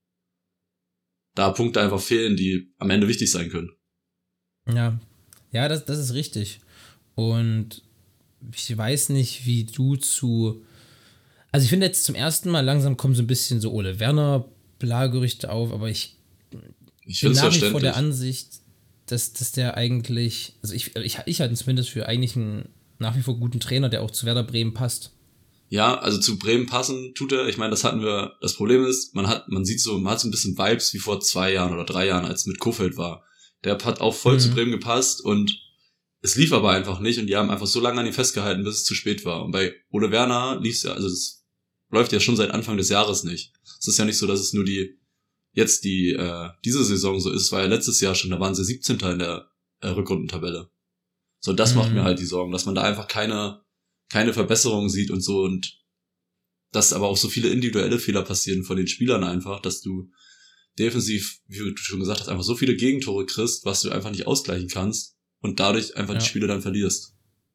da Punkte einfach fehlen, die am Ende wichtig sein können. Ja, ja, das, das ist richtig. Und ich weiß nicht, wie du zu. Also ich finde jetzt zum ersten Mal langsam kommen so ein bisschen so Ole Werner Blagerüchte auf, aber ich Ich bin finde es nach wie vor der verständlich. Ansicht, dass, dass der eigentlich, also ich, ich, ich halte ihn zumindest für eigentlich einen nach wie vor guten Trainer, der auch zu Werder Bremen passt. Ja, also zu Bremen passen tut er. Ich meine, das hatten wir, das Problem ist, man hat, man sieht so, man hat so ein bisschen Vibes wie vor zwei Jahren oder drei Jahren, als es mit Kofeld war. Der hat auch voll Mhm. zu Bremen gepasst und es lief aber einfach nicht und die haben einfach so lange an ihm festgehalten, bis es zu spät war. Und bei Ole Werner lief es ja, also es läuft ja schon seit Anfang des Jahres nicht. Es ist ja nicht so, dass es nur die, jetzt die, äh, diese Saison so ist, es war ja letztes Jahr schon, da waren sie siebzehnter in der äh, Rückrundentabelle. So, das Mhm. macht mir halt die Sorgen, dass man da einfach keine, keine Verbesserungen sieht und so, und dass aber auch so viele individuelle Fehler passieren von den Spielern einfach, dass du defensiv, wie du schon gesagt hast, einfach so viele Gegentore kriegst, was du einfach nicht ausgleichen kannst und dadurch einfach Ja. die Spiele dann verlierst.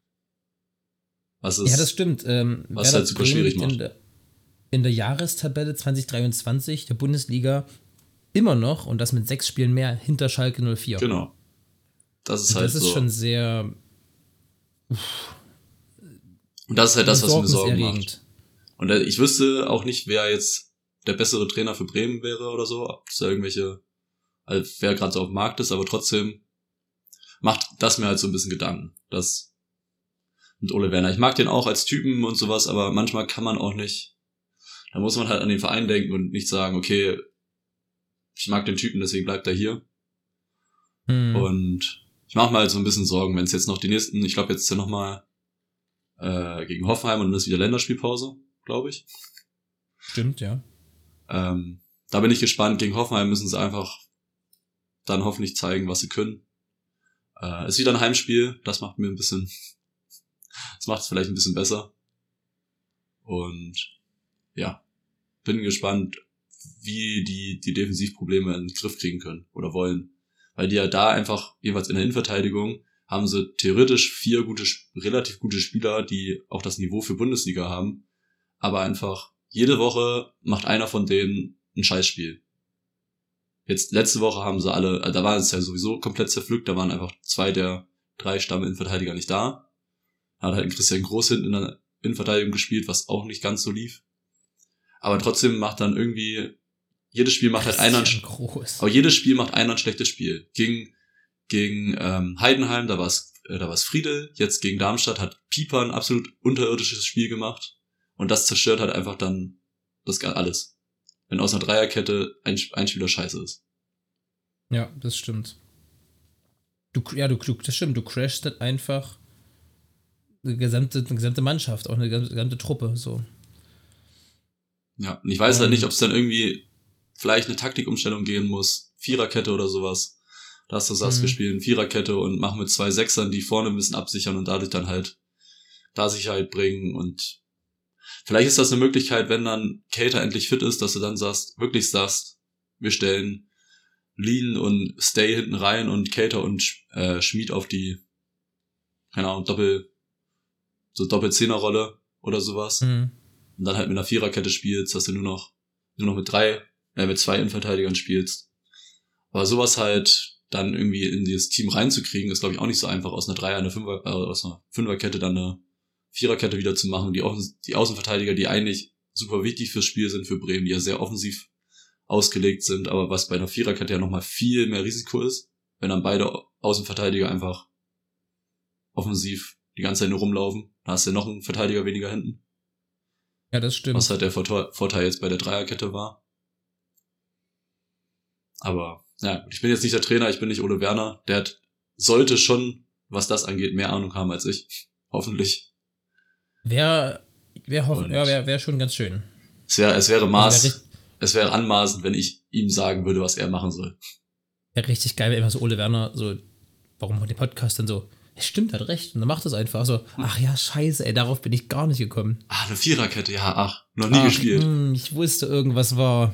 Was ist, Ja, das stimmt. Ähm, was Werder halt super Bremen schwierig liegt macht. In der, in der Jahrestabelle zwanzig dreiundzwanzig der Bundesliga immer noch, und das mit sechs Spielen mehr, hinter Schalke null vier. Genau. Das ist Und halt das ist so. schon sehr Und das ist halt das, was mir Sorgen macht. besorgniserregend. Und äh, ich wüsste auch nicht, wer jetzt der bessere Trainer für Bremen wäre oder so, ob es da irgendwelche, also wer gerade so auf dem Markt ist, aber trotzdem macht das mir halt so ein bisschen Gedanken, dass mit Ole Werner, ich mag den auch als Typen und sowas, aber manchmal kann man auch nicht, da muss man halt an den Verein denken und nicht sagen, okay, ich mag den Typen, deswegen bleibt er hier. Hm. Und ich mache mir halt so ein bisschen Sorgen, wenn es jetzt noch die nächsten, ich glaube jetzt ist ja nochmal äh, gegen Hoffenheim und dann ist wieder Länderspielpause, glaube ich. Stimmt, ja. Ähm, da bin ich gespannt. Gegen Hoffenheim müssen sie einfach dann hoffentlich zeigen, was sie können. Äh, ist wieder ein Heimspiel. Das macht mir ein bisschen, das macht es vielleicht ein bisschen besser. Und ja, bin gespannt, wie die die Defensivprobleme in den Griff kriegen können oder wollen. Weil die ja da einfach, jeweils in der Innenverteidigung, haben sie theoretisch vier gute, relativ gute Spieler, die auch das Niveau für Bundesliga haben. Aber einfach jede Woche macht einer von denen ein Scheißspiel. Jetzt, letzte Woche haben sie alle, also da war es ja sowieso komplett zerpflückt, da waren einfach zwei der drei Stamm-Innenverteidiger nicht da. Da hat halt ein Christian Groß hinten in der Innenverteidigung gespielt, was auch nicht ganz so lief. Aber trotzdem macht dann irgendwie, jedes Spiel macht halt einer, ein, groß. aber jedes Spiel macht einer ein schlechtes Spiel. Gegen, gegen ähm, Heidenheim, da war es äh, da war es Friedel, jetzt gegen Darmstadt hat Pieper ein absolut unterirdisches Spiel gemacht. Und das zerstört halt einfach dann das alles. Wenn aus einer Dreierkette ein, ein Spieler scheiße ist. Ja, das stimmt. Du, ja, du, du, das stimmt. Du crashst halt einfach eine gesamte, eine gesamte Mannschaft, auch eine gesamte, gesamte Truppe, so. Ja, und ich weiß halt Ähm. nicht, ob es dann irgendwie vielleicht eine Taktikumstellung geben muss. Viererkette oder sowas. Dass du sagst, Mhm. wir spielen Viererkette und machen mit zwei Sechsern, die vorne ein bisschen absichern und dadurch dann halt da Sicherheit bringen. Und vielleicht ist das eine Möglichkeit, wenn dann Cater endlich fit ist, dass du dann sagst, wirklich sagst, wir stellen Lean und Stay hinten rein und Cater und äh, Schmied auf die, keine Ahnung, Doppel, so Doppel-Zehner-Rolle oder sowas. Mhm. Und dann halt mit einer Viererkette spielst, dass du nur noch, nur noch mit drei, äh, mit zwei Innenverteidigern spielst. Aber sowas halt dann irgendwie in dieses Team reinzukriegen, ist glaube ich auch nicht so einfach, aus einer Dreier, eine Fünfer, äh, aus einer Fünferkette dann eine Viererkette wieder zu machen. Die, Außen, die Außenverteidiger, die eigentlich super wichtig fürs Spiel sind für Bremen, die ja sehr offensiv ausgelegt sind, aber was bei einer Viererkette ja nochmal viel mehr Risiko ist, wenn dann beide Außenverteidiger einfach offensiv die ganze Zeit nur rumlaufen, dann hast du ja noch einen Verteidiger weniger hinten. Ja, das stimmt. Was halt der Vorteil jetzt bei der Dreierkette war. Aber, ja, ich bin jetzt nicht der Trainer, ich bin nicht Ole Werner, der hat, sollte schon, was das angeht, mehr Ahnung haben als ich. Hoffentlich. Wäre wär hoffen, ja, wär, wär schon ganz schön. Es wäre, es wäre Maß, wär es wäre anmaßend, wenn ich ihm sagen würde, was er machen soll. Wäre richtig geil, wenn immer so Ole Werner so, warum macht der Podcast dann so, es stimmt, hat recht, und dann macht es einfach so, ach ja, scheiße, ey, darauf bin ich gar nicht gekommen. Ah, eine Viererkette, ja, ach, noch nie ach, gespielt. Mh, ich wusste, irgendwas war.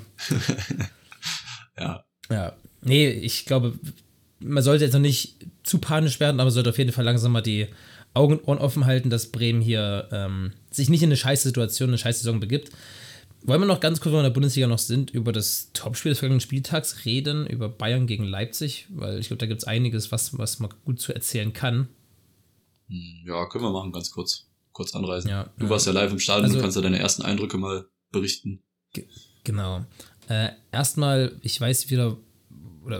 Ja. Ja, nee, ich glaube, man sollte jetzt noch nicht zu panisch werden, aber sollte auf jeden Fall langsam mal die Augen und Ohren offen halten, dass Bremen hier ähm, sich nicht in eine scheiß Situation, eine scheiß Saison begibt. Wollen wir noch ganz kurz, wenn wir in der Bundesliga noch sind, über das Topspiel des vergangenen Spieltags reden, über Bayern gegen Leipzig, weil ich glaube, da gibt es einiges, was, was man gut zu erzählen kann. Ja, können wir machen, ganz kurz. Kurz anreißen. Ja, du warst ja live im Stadion, also, du kannst ja deine ersten Eindrücke mal berichten. Ge- genau. Äh, erstmal, ich weiß wieder, oder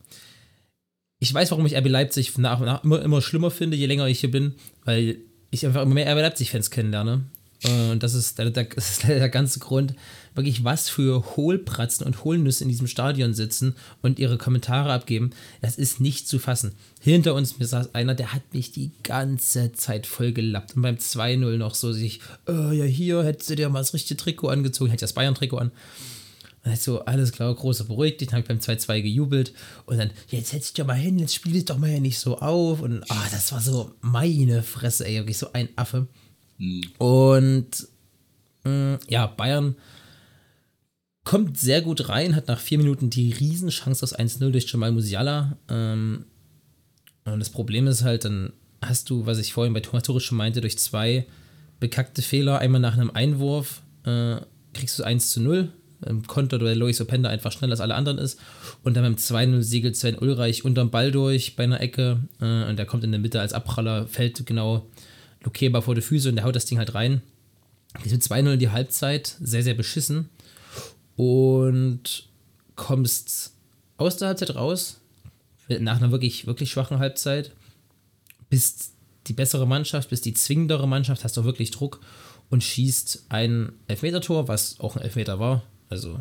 ich weiß, warum ich R B Leipzig nach und nach immer, immer schlimmer finde, je länger ich hier bin, weil ich einfach immer mehr R B Leipzig-Fans kennenlerne. Und das ist, der, der, das ist der ganze Grund, wirklich was für Hohlpratzen und Hohlnüsse in diesem Stadion sitzen und ihre Kommentare abgeben. Das ist nicht zu fassen. Hinter uns mir saß einer, der hat mich die ganze Zeit voll gelappt. Und beim zwei null noch so sich, oh, ja hier, hättest du dir mal das richtige Trikot angezogen, hätte ich das Bayern-Trikot an. Und dann so, alles klar, großer beruhigt dich, dann habe ich beim zwei zwei gejubelt und dann, jetzt setz dich doch mal hin, jetzt spiel dich doch mal ja nicht so auf und ah, das war so meine Fresse, ey, wirklich so ein Affe. Hm. Und mh, ja, Bayern kommt sehr gut rein, hat nach vier Minuten die Riesenchance aus eins null durch Jamal Musiala. Ähm, und das Problem ist halt, dann hast du, was ich vorhin bei Thomas Tuchel schon meinte, durch zwei bekackte Fehler, einmal nach einem Einwurf, äh, kriegst du eins zu null. Im Konter, weil Lois Openda einfach schneller als alle anderen ist. Und dann beim zwei null segelt Sven Ulreich unterm Ball durch bei einer Ecke. Äh, und der kommt in der Mitte als Abpraller, fällt genau Lukeba vor die Füße und der haut das Ding halt rein. Geht mit zwei null in die Halbzeit, sehr, sehr beschissen. Und kommst aus der Halbzeit raus, nach einer wirklich, wirklich schwachen Halbzeit, bist die bessere Mannschaft, bist die zwingendere Mannschaft, hast auch wirklich Druck und schießt ein Elfmetertor, was auch ein Elfmeter war. Also,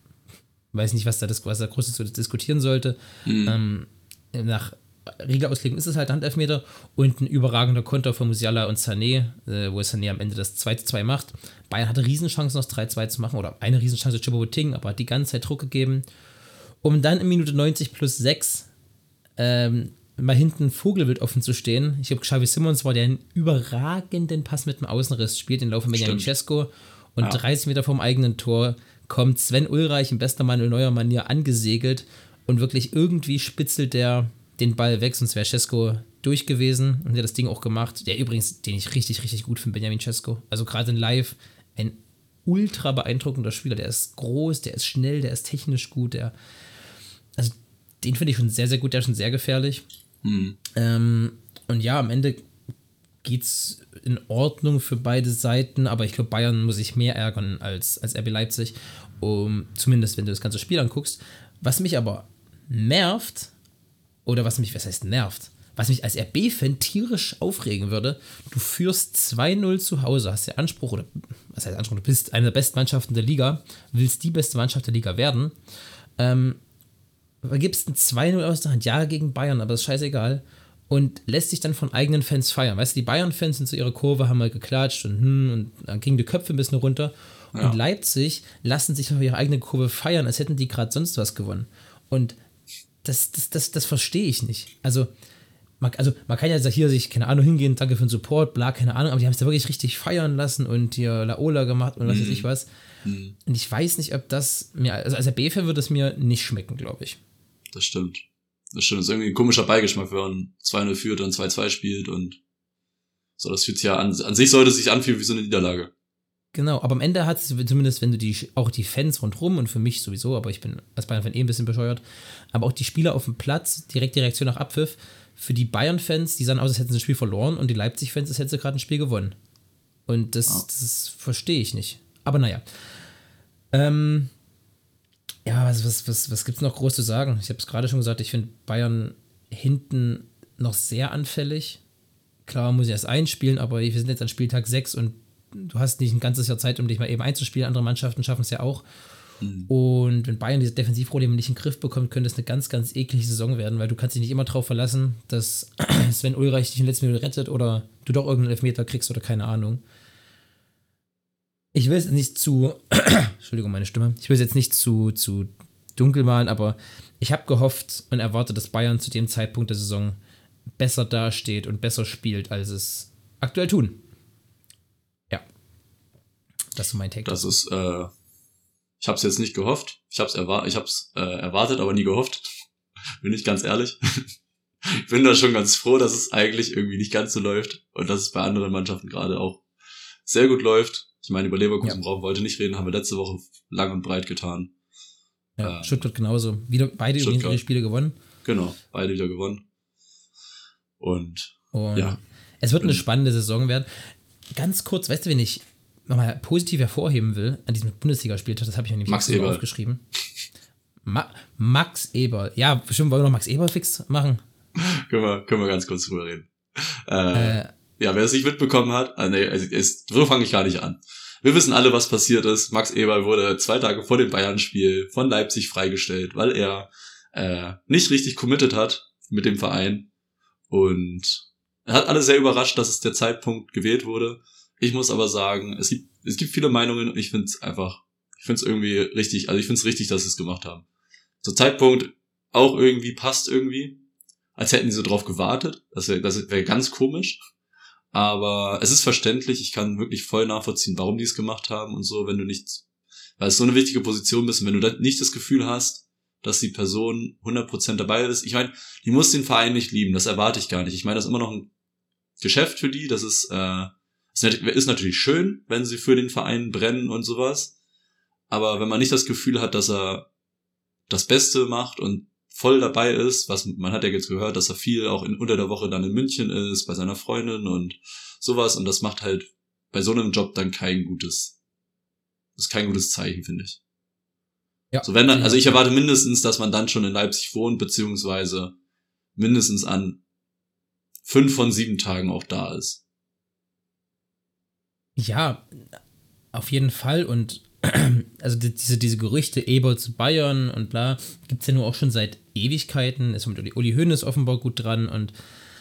weiß nicht, was da, das, was da groß zu diskutieren sollte. Mhm. Ähm, nach Regelauslegung ist es halt ein Handelfmeter und ein überragender Konter von Musiala und Sané, äh, wo Sané am Ende das zwei zu zwei macht. Bayern hatte Riesenchancen, noch das drei zwei zu machen, oder eine Riesenchance für Choupo-Moting, aber hat die ganze Zeit Druck gegeben. Um dann in Minute neunzig plus sechs ähm, mal hinten Vogelwild offen zu stehen. Ich glaube, Xavi Simons war, der einen überragenden Pass mit dem Außenriss spielt, den Lauf von Benjamin Šeško. Und ja. dreißig Meter vom eigenen Tor kommt Sven Ulreich in bester Manuel Neuer Manier angesegelt und wirklich irgendwie spitzelt der den Ball weg, sonst wäre Šeško durch gewesen und der das Ding auch gemacht. Der übrigens, den ich richtig, richtig gut finde, Benjamin Šeško. Also gerade in Live ein ultra beeindruckender Spieler. Der ist groß, der ist schnell, der ist technisch gut. Der, also den finde ich schon sehr, sehr gut. Der ist schon sehr gefährlich. Mhm. Ähm, und ja, am Ende geht's in Ordnung für beide Seiten, aber ich glaube, Bayern muss sich mehr ärgern als, als R B Leipzig, um, zumindest wenn du das ganze Spiel anguckst. Was mich aber nervt, oder was mich, was heißt nervt, was mich als R B-Fan tierisch aufregen würde, du führst zwei null zu Hause, hast den Anspruch, oder was heißt Anspruch, du bist eine der besten Mannschaften der Liga, willst die beste Mannschaft der Liga werden, ähm, gibst ein zwei null aus der Hand, ja, gegen Bayern, aber das ist scheißegal, und lässt sich dann von eigenen Fans feiern. Weißt du, die Bayern-Fans sind zu ihrer Kurve, haben mal geklatscht und, hm, und dann gingen die Köpfe ein bisschen runter. Ja. Und Leipzig lassen sich auf ihre eigene Kurve feiern, als hätten die gerade sonst was gewonnen. Und das, das, das, das verstehe ich nicht. Also man, also, man kann ja hier sich, keine Ahnung, hingehen, danke für den Support, bla, keine Ahnung, aber die haben es da wirklich richtig feiern lassen und hier Laola gemacht und was weiß ich was. Mhm. Und ich weiß nicht, ob das mir, also als R B-Fan würde es mir nicht schmecken, glaube ich. Das stimmt. Das stimmt. Das ist irgendwie ein komischer Beigeschmack, wenn man zwei null führt und zwei zwei spielt und so, das fühlt sich ja an, an sich sollte es sich anfühlen wie so eine Niederlage. Genau, aber am Ende hat es zumindest, wenn du die, auch die Fans rundherum und für mich sowieso, aber ich bin als Bayern-Fan eh ein bisschen bescheuert, aber auch die Spieler auf dem Platz, direkt die Reaktion nach Abpfiff, für die Bayern-Fans, die sahen aus, als hätten sie ein Spiel verloren und die Leipzig-Fans, als hätten sie gerade ein Spiel gewonnen. Und das, oh. das verstehe ich nicht. Aber naja. Ähm, Ja, was, was, was, was gibt's noch groß zu sagen? Ich habe es gerade schon gesagt, ich finde Bayern hinten noch sehr anfällig. Klar, muss ich erst einspielen, aber wir sind jetzt an Spieltag sechs und du hast nicht ein ganzes Jahr Zeit, um dich mal eben einzuspielen. Andere Mannschaften schaffen es ja auch. Mhm. Und wenn Bayern diese Defensivprobleme nicht in den Griff bekommt, könnte es eine ganz, ganz eklige Saison werden, weil du kannst dich nicht immer drauf verlassen, dass Sven Ulreich dich in der letzten Minute rettet oder du doch irgendeinen Elfmeter kriegst oder keine Ahnung. Ich will es nicht zu, Entschuldigung, meine Stimme, ich will es jetzt nicht zu, zu dunkel malen, aber ich habe gehofft und erwartet, dass Bayern zu dem Zeitpunkt der Saison besser dasteht und besser spielt, als es aktuell tun. Ja. Das ist mein Take. Das ist, äh, ich habe es jetzt nicht gehofft. Ich habe es erwar- ich hab's, äh, erwartet, aber nie gehofft. Bin ich ganz ehrlich. Ich bin da schon ganz froh, dass es eigentlich irgendwie nicht ganz so läuft und dass es bei anderen Mannschaften gerade auch sehr gut läuft. Ich meine, über Leverkusen ja. brauchen wir heute nicht reden, haben wir letzte Woche lang und breit getan. Ja, ähm, Stuttgart genauso. Wieder, beide Stuttgart. Ihre Spiele gewonnen. Genau, beide wieder gewonnen. Und, und ja. Es wird eine spannende Saison werden. Ganz kurz, weißt du, wen ich nochmal positiv hervorheben will an diesem Bundesligaspieltag, das habe ich mir nämlich Max so aufgeschrieben. Ma- Max Eberl. Ja, bestimmt wollen wir noch Max Eberl fix machen. können, wir, können wir ganz kurz drüber reden. Äh, äh, ja, wer es nicht mitbekommen hat, äh, nee, also, ist, so fange ich gar nicht an. Wir wissen alle, was passiert ist. Max Eberl wurde zwei Tage vor dem Bayern-Spiel von Leipzig freigestellt, weil er äh, nicht richtig committed hat mit dem Verein. Und er hat alle sehr überrascht, dass es der Zeitpunkt gewählt wurde. Ich muss aber sagen, es gibt, es gibt viele Meinungen und ich finde es einfach, ich finde es irgendwie richtig, also ich finde es richtig, dass sie es gemacht haben. Der Zeitpunkt auch irgendwie passt irgendwie, als hätten sie so drauf gewartet. Das wäre das wär ganz komisch. Aber es ist verständlich, ich kann wirklich voll nachvollziehen, warum die es gemacht haben und so, wenn du nicht, weil es so eine wichtige Position bist und wenn du da nicht das Gefühl hast, dass die Person hundert Prozent dabei ist. Ich meine, die muss den Verein nicht lieben, das erwarte ich gar nicht. Ich meine, das ist immer noch ein Geschäft für die, das ist, äh, ist natürlich schön, wenn sie für den Verein brennen und sowas. Aber wenn man nicht das Gefühl hat, dass er das Beste macht und voll dabei ist, was man hat ja jetzt gehört, dass er viel auch in, unter der Woche dann in München ist, bei seiner Freundin und sowas, und das macht halt bei so einem Job dann kein gutes, das ist kein gutes Zeichen, finde ich. Ja. So wenn dann, also ich erwarte mindestens, dass man dann schon in Leipzig wohnt, beziehungsweise mindestens an fünf von sieben Tagen auch da ist. Ja, auf jeden Fall. Und also diese, diese Gerüchte, Eberl zu Bayern und bla, gibt's ja nur auch schon seit Ewigkeiten. Ist mit Uli Hoeneß offenbar gut dran. Und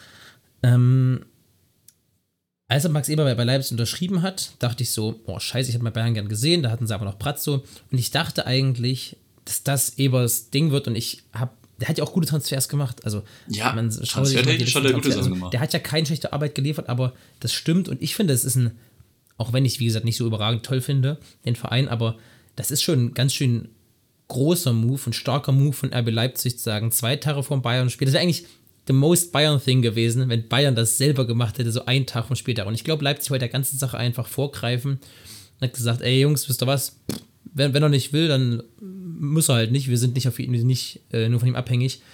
ähm, als er Max Eberl bei Leipzig unterschrieben hat, dachte ich so, oh scheiße, ich hätte mal Bayern gern gesehen. Da hatten sie aber noch Brazzo. Und ich dachte eigentlich, dass das Eberls Ding wird. Und ich habe, der hat ja auch gute Transfers gemacht. Also ja, man schaut sich mal die schon der, gute Sachen also, gemacht. Der hat ja keine schlechte Arbeit geliefert, aber das stimmt. Und ich finde, es ist ein, auch wenn ich, wie gesagt, nicht so überragend toll finde, den Verein, aber das ist schon ein ganz schön großer Move, ein starker Move von R B Leipzig zu sagen, zwei Tage vor dem Bayern-Spiel. Das wäre eigentlich the most Bayern-Thing gewesen, wenn Bayern das selber gemacht hätte, so einen Tag vom Spieltag. Und ich glaube, Leipzig wollte der ganzen Sache einfach vorgreifen und hat gesagt, ey Jungs, wisst ihr was, wenn, wenn er nicht will, dann muss er halt nicht, wir sind nicht, auf ihn, nicht äh, nur von ihm abhängig.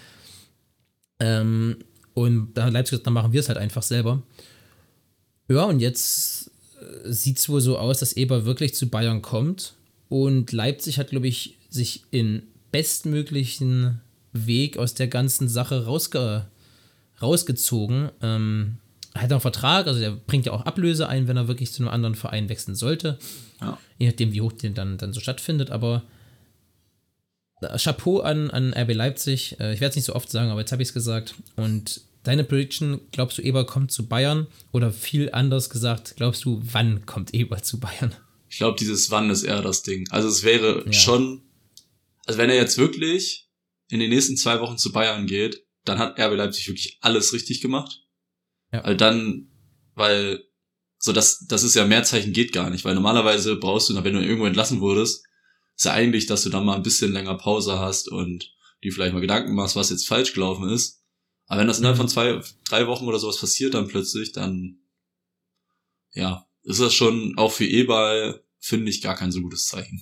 Ähm, und da hat Leipzig gesagt, dann machen wir es halt einfach selber. Ja, und jetzt sieht es wohl so aus, dass Eberl wirklich zu Bayern kommt. Und Leipzig hat, glaube ich, sich in bestmöglichen Weg aus der ganzen Sache rausge- rausgezogen. Ähm, er hat auch einen Vertrag, also der bringt ja auch Ablöse ein, wenn er wirklich zu einem anderen Verein wechseln sollte. Ja. Je nachdem, wie hoch den dann, dann so stattfindet. Aber Chapeau an, an R B Leipzig. Äh, ich werde es nicht so oft sagen, aber jetzt habe ich es gesagt. Und deine Prediction, glaubst du, Eberl kommt zu Bayern? Oder viel anders gesagt, glaubst du, wann kommt Eberl zu Bayern? Ich glaube, dieses Wann ist eher das Ding. Also es wäre ja. schon, also wenn er jetzt wirklich in den nächsten zwei Wochen zu Bayern geht, dann hat R B Leipzig wirklich alles richtig gemacht. Ja. Weil dann, weil so das, das ist ja, Mehrzeichen geht gar nicht, weil normalerweise brauchst du, wenn du irgendwo entlassen wurdest, ist ja eigentlich, dass du dann mal ein bisschen länger Pause hast und dir vielleicht mal Gedanken machst, was jetzt falsch gelaufen ist. Aber wenn das innerhalb von zwei, drei Wochen oder sowas passiert dann plötzlich, dann ja, ist das schon auch für Eberl, finde ich, gar kein so gutes Zeichen.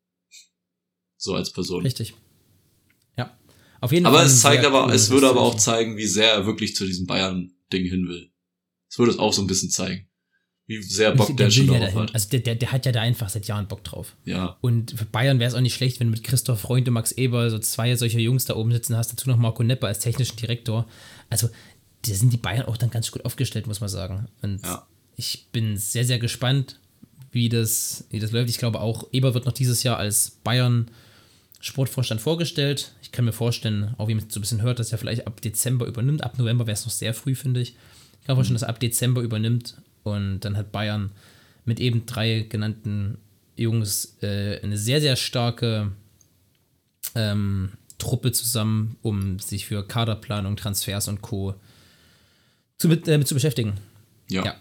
So als Person. Richtig. Ja. Auf jeden aber Fall. Es zeigt aber, es würde aber auch zeigen, wie sehr er wirklich zu diesem Bayern-Ding hin will. Es würde es auch so ein bisschen zeigen. wie sehr Bock der, der, der schon will ja darauf dahin. hat. Also der, der, der hat ja da einfach seit Jahren Bock drauf. Ja. Und für Bayern wäre es auch nicht schlecht, wenn du mit Christoph Freund und Max Eber so zwei solcher Jungs da oben sitzen hast, dazu noch Marco Neppe als technischen Direktor. Also da sind die Bayern auch dann ganz gut aufgestellt, muss man sagen. Und Ja. ich bin sehr, sehr gespannt, wie das, wie das läuft. Ich glaube auch, Eber wird noch dieses Jahr als Bayern Sportvorstand vorgestellt. Ich kann mir vorstellen, auch wie man so ein bisschen hört, dass er vielleicht ab Dezember übernimmt. Ab November wäre es noch sehr früh, finde ich. Ich kann mir vorstellen, dass er ab Dezember übernimmt und dann hat Bayern mit eben drei genannten Jungs äh, eine sehr, sehr starke ähm, Truppe zusammen, um sich für Kaderplanung, Transfers und Co. zu, mit, äh, mit zu beschäftigen. Ja. Ja.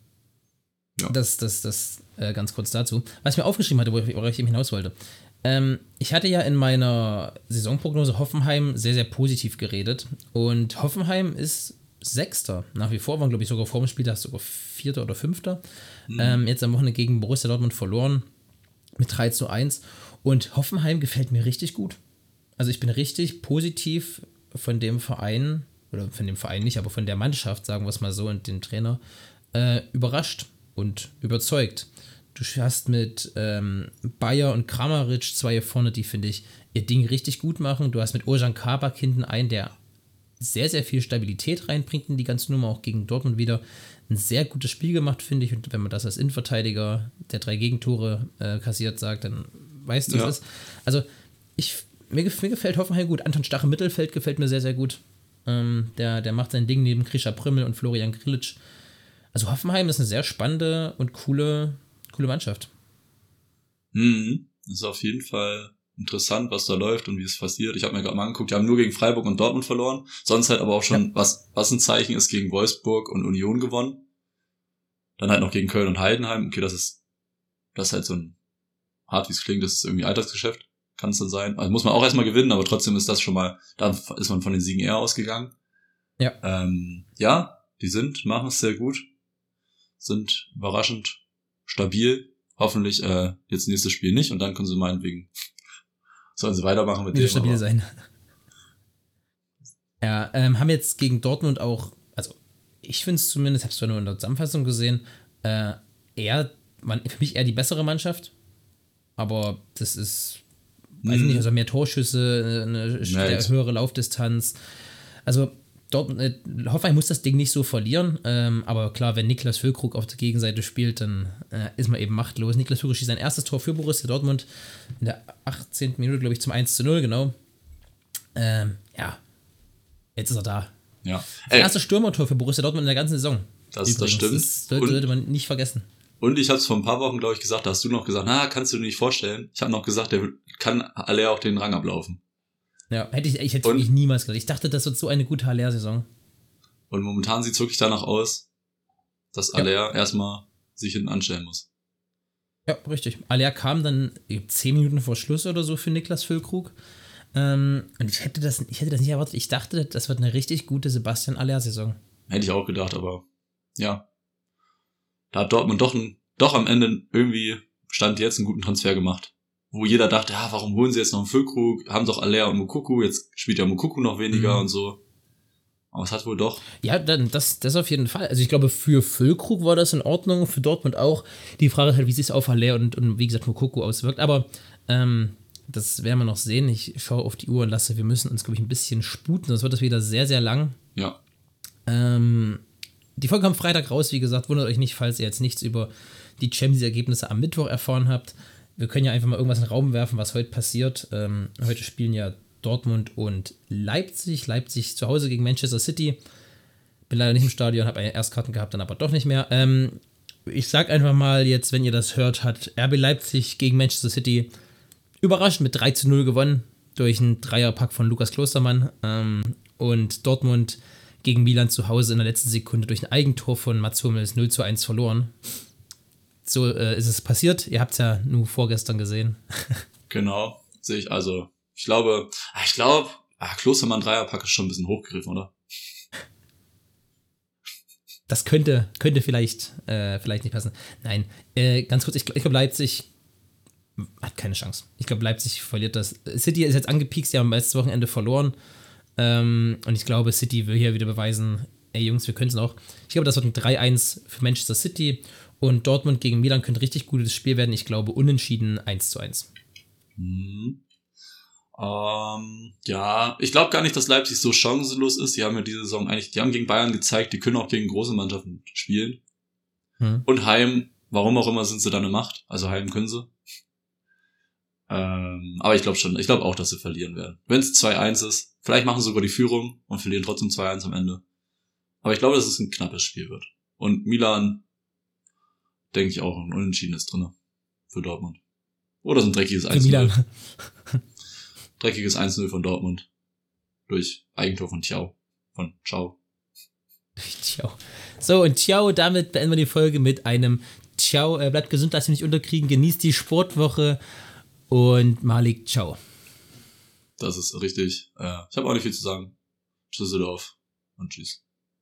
Ja. Das, das, das äh, ganz kurz dazu. Was ich mir aufgeschrieben hatte, wo ich, worauf ich eben hinaus wollte. Ähm, ich hatte ja in meiner Saisonprognose Hoffenheim sehr, sehr positiv geredet. Und Hoffenheim ist Sechster. Nach wie vor waren, glaube ich, sogar vor dem Spieltag sogar Vierter oder Fünfter. Mhm. Ähm, jetzt am Wochenende gegen Borussia Dortmund verloren mit drei zu eins. Und Hoffenheim gefällt mir richtig gut. Also ich bin richtig positiv von dem Verein, oder von dem Verein nicht, aber von der Mannschaft, sagen wir es mal so, und dem Trainer, äh, überrascht und überzeugt. Du hast mit ähm, Bayer und Kramaric zwei hier vorne, die, finde ich, ihr Ding richtig gut machen. Du hast mit Özcan Kabak hinten einen, der sehr, sehr viel Stabilität reinbringt in die ganze Nummer, auch gegen Dortmund wieder ein sehr gutes Spiel gemacht, finde ich. Und wenn man das als Innenverteidiger, der drei Gegentore äh, kassiert, sagt, dann weißt du, Ja. was ist. Also, ich, mir, mir gefällt Hoffenheim gut. Anton Stach im Mittelfeld gefällt mir sehr, sehr gut. Ähm, der, der macht sein Ding neben Grisha Prömmel und Florian Grillitsch. Also, Hoffenheim ist eine sehr spannende und coole, coole Mannschaft. Mhm. Das ist auf jeden Fall interessant, was da läuft und wie es passiert. Ich habe mir gerade mal angeguckt, die haben nur gegen Freiburg und Dortmund verloren. Sonst halt aber auch schon, ja. was, was ein Zeichen ist, gegen Wolfsburg und Union gewonnen. Dann halt noch gegen Köln und Heidenheim. Okay, das ist, das ist halt so ein, hart wie es klingt, das ist irgendwie Alltagsgeschäft. Kann es dann sein. Also muss man auch erstmal gewinnen, aber trotzdem ist das schon mal, da ist man von den Siegen eher ausgegangen. Ja. Ähm, ja, die sind, machen es sehr gut. Sind überraschend stabil. Hoffentlich äh, jetzt nächstes Spiel nicht und dann können sie meinetwegen sollen sie weitermachen mit dem. Stabil sein. Ja, ähm, haben jetzt gegen Dortmund auch, also ich finde es zumindest, habe es zwar nur in der Zusammenfassung gesehen, äh, eher, man, für mich eher die bessere Mannschaft, aber das ist, weiß ich Mhm. nicht, also mehr Torschüsse, eine Ja, höhere Laufdistanz, also Dortmund, äh, Hoffenheim muss das Ding nicht so verlieren, ähm, aber klar, wenn Niklas Füllkrug auf der Gegenseite spielt, dann äh, ist man eben machtlos. Niklas Füllkrug schießt sein erstes Tor für Borussia Dortmund in der achtzehnten Minute, glaube ich, zum eins zu null, genau. Ähm, ja, jetzt ist er da. Ja. Das Ey, erste Stürmertor für Borussia Dortmund in der ganzen Saison. das, das stimmt. Das sollte, und, sollte man nicht vergessen. und ich habe es vor ein paar Wochen, glaube ich, gesagt, da hast du noch gesagt, na, kannst du dir nicht vorstellen. Ich habe noch gesagt, der kann Aller auch den Rang ablaufen. Ja, hätte ich, ich hätte Und- wirklich niemals gedacht. Ich dachte, das wird so eine gute Haller-Saison. Und momentan sieht es wirklich danach aus, dass Ja. Aller erstmal sich hinten anstellen muss. Ja, richtig. Aller kam dann zehn Minuten vor Schluss oder so für Niklas Füllkrug. Ähm, und ich hätte, das, ich hätte das nicht erwartet. Ich dachte, das wird eine richtig gute Sebastian Aller-Saison. Hätte ich auch gedacht, aber ja. Da hat Dortmund doch, ein, doch am Ende irgendwie Stand jetzt einen guten Transfer gemacht. Wo jeder dachte, ja, warum holen sie jetzt noch einen Füllkrug? Haben doch Aller und Moukoko, jetzt spielt ja Moukoko noch weniger Mhm. und so. Aber es hat wohl doch. Ja, dann das, das auf jeden Fall. Also ich glaube, für Füllkrug war das in Ordnung, für Dortmund auch. Die Frage ist halt, wie sich es auf Haller und, und wie gesagt Moukoko auswirkt. Aber ähm, das werden wir noch sehen. Ich schaue auf die Uhr und lasse, wir müssen uns, glaube ich, ein bisschen sputen, sonst wird das wieder sehr, sehr lang. Ja. Ähm, die Folge kommt Freitag raus, wie gesagt, wundert euch nicht, falls ihr jetzt nichts über die Champions-Ergebnisse am Mittwoch erfahren habt. Wir können ja einfach mal irgendwas in den Raum werfen, was heute passiert. Ähm, heute spielen ja Dortmund und Leipzig. Leipzig zu Hause gegen Manchester City. Bin leider nicht im Stadion, habe Erstkarten gehabt, dann aber doch nicht mehr. Ähm, ich sag einfach mal jetzt, wenn ihr das hört, hat R B Leipzig gegen Manchester City überraschend mit drei zu null gewonnen. Durch einen Dreierpack von Lukas Klostermann. Ähm, und Dortmund gegen Milan zu Hause in der letzten Sekunde durch ein Eigentor von Mats Hummels null zu eins verloren. So äh, ist es passiert. Ihr habt es ja nur vorgestern gesehen. Genau. Sehe ich, also, ich glaube, ah, ich glaube, ah, Klostermann Dreierpack ist schon ein bisschen hochgegriffen, oder? Das könnte, könnte vielleicht, äh, vielleicht nicht passen. Nein, äh, ganz kurz, ich, ich glaube, Leipzig hat keine Chance. Ich glaube, Leipzig verliert das. City ist jetzt angepiekst, die haben letztes Wochenende verloren. Ähm, und ich glaube, City will hier wieder beweisen, ey Jungs, wir können es noch. Ich glaube, das wird ein drei eins für Manchester City. Und Dortmund gegen Milan könnte ein richtig gutes Spiel werden. Ich glaube, unentschieden eins zu eins. Hm. Ähm, ja, ich glaube gar nicht, dass Leipzig so chancenlos ist. Die haben ja diese Saison eigentlich, die haben gegen Bayern gezeigt, die können auch gegen große Mannschaften spielen. Hm. Und heim, warum auch immer, sind sie da eine Macht. Also heim können sie. Ähm, aber ich glaube schon, ich glaube auch, dass sie verlieren werden. Wenn es zwei eins ist, vielleicht machen sie sogar die Führung und verlieren trotzdem zwei eins am Ende. Aber ich glaube, dass es ein knappes Spiel wird. Und Milan, denke ich auch, ein Unentschieden ist drin für Dortmund. Oder so ein dreckiges eins null. Dreckiges eins null von Dortmund. Durch Eigentor von Thiaw. Von Ciao. Ciao. So, und ciao, damit beenden wir die Folge mit einem Ciao. Äh, bleibt gesund, lasst euch nicht unterkriegen, genießt die Sportwoche und Malik, ciao. Das ist richtig. Äh, ich habe auch nicht viel zu sagen. Tschüsseldorf und tschüss.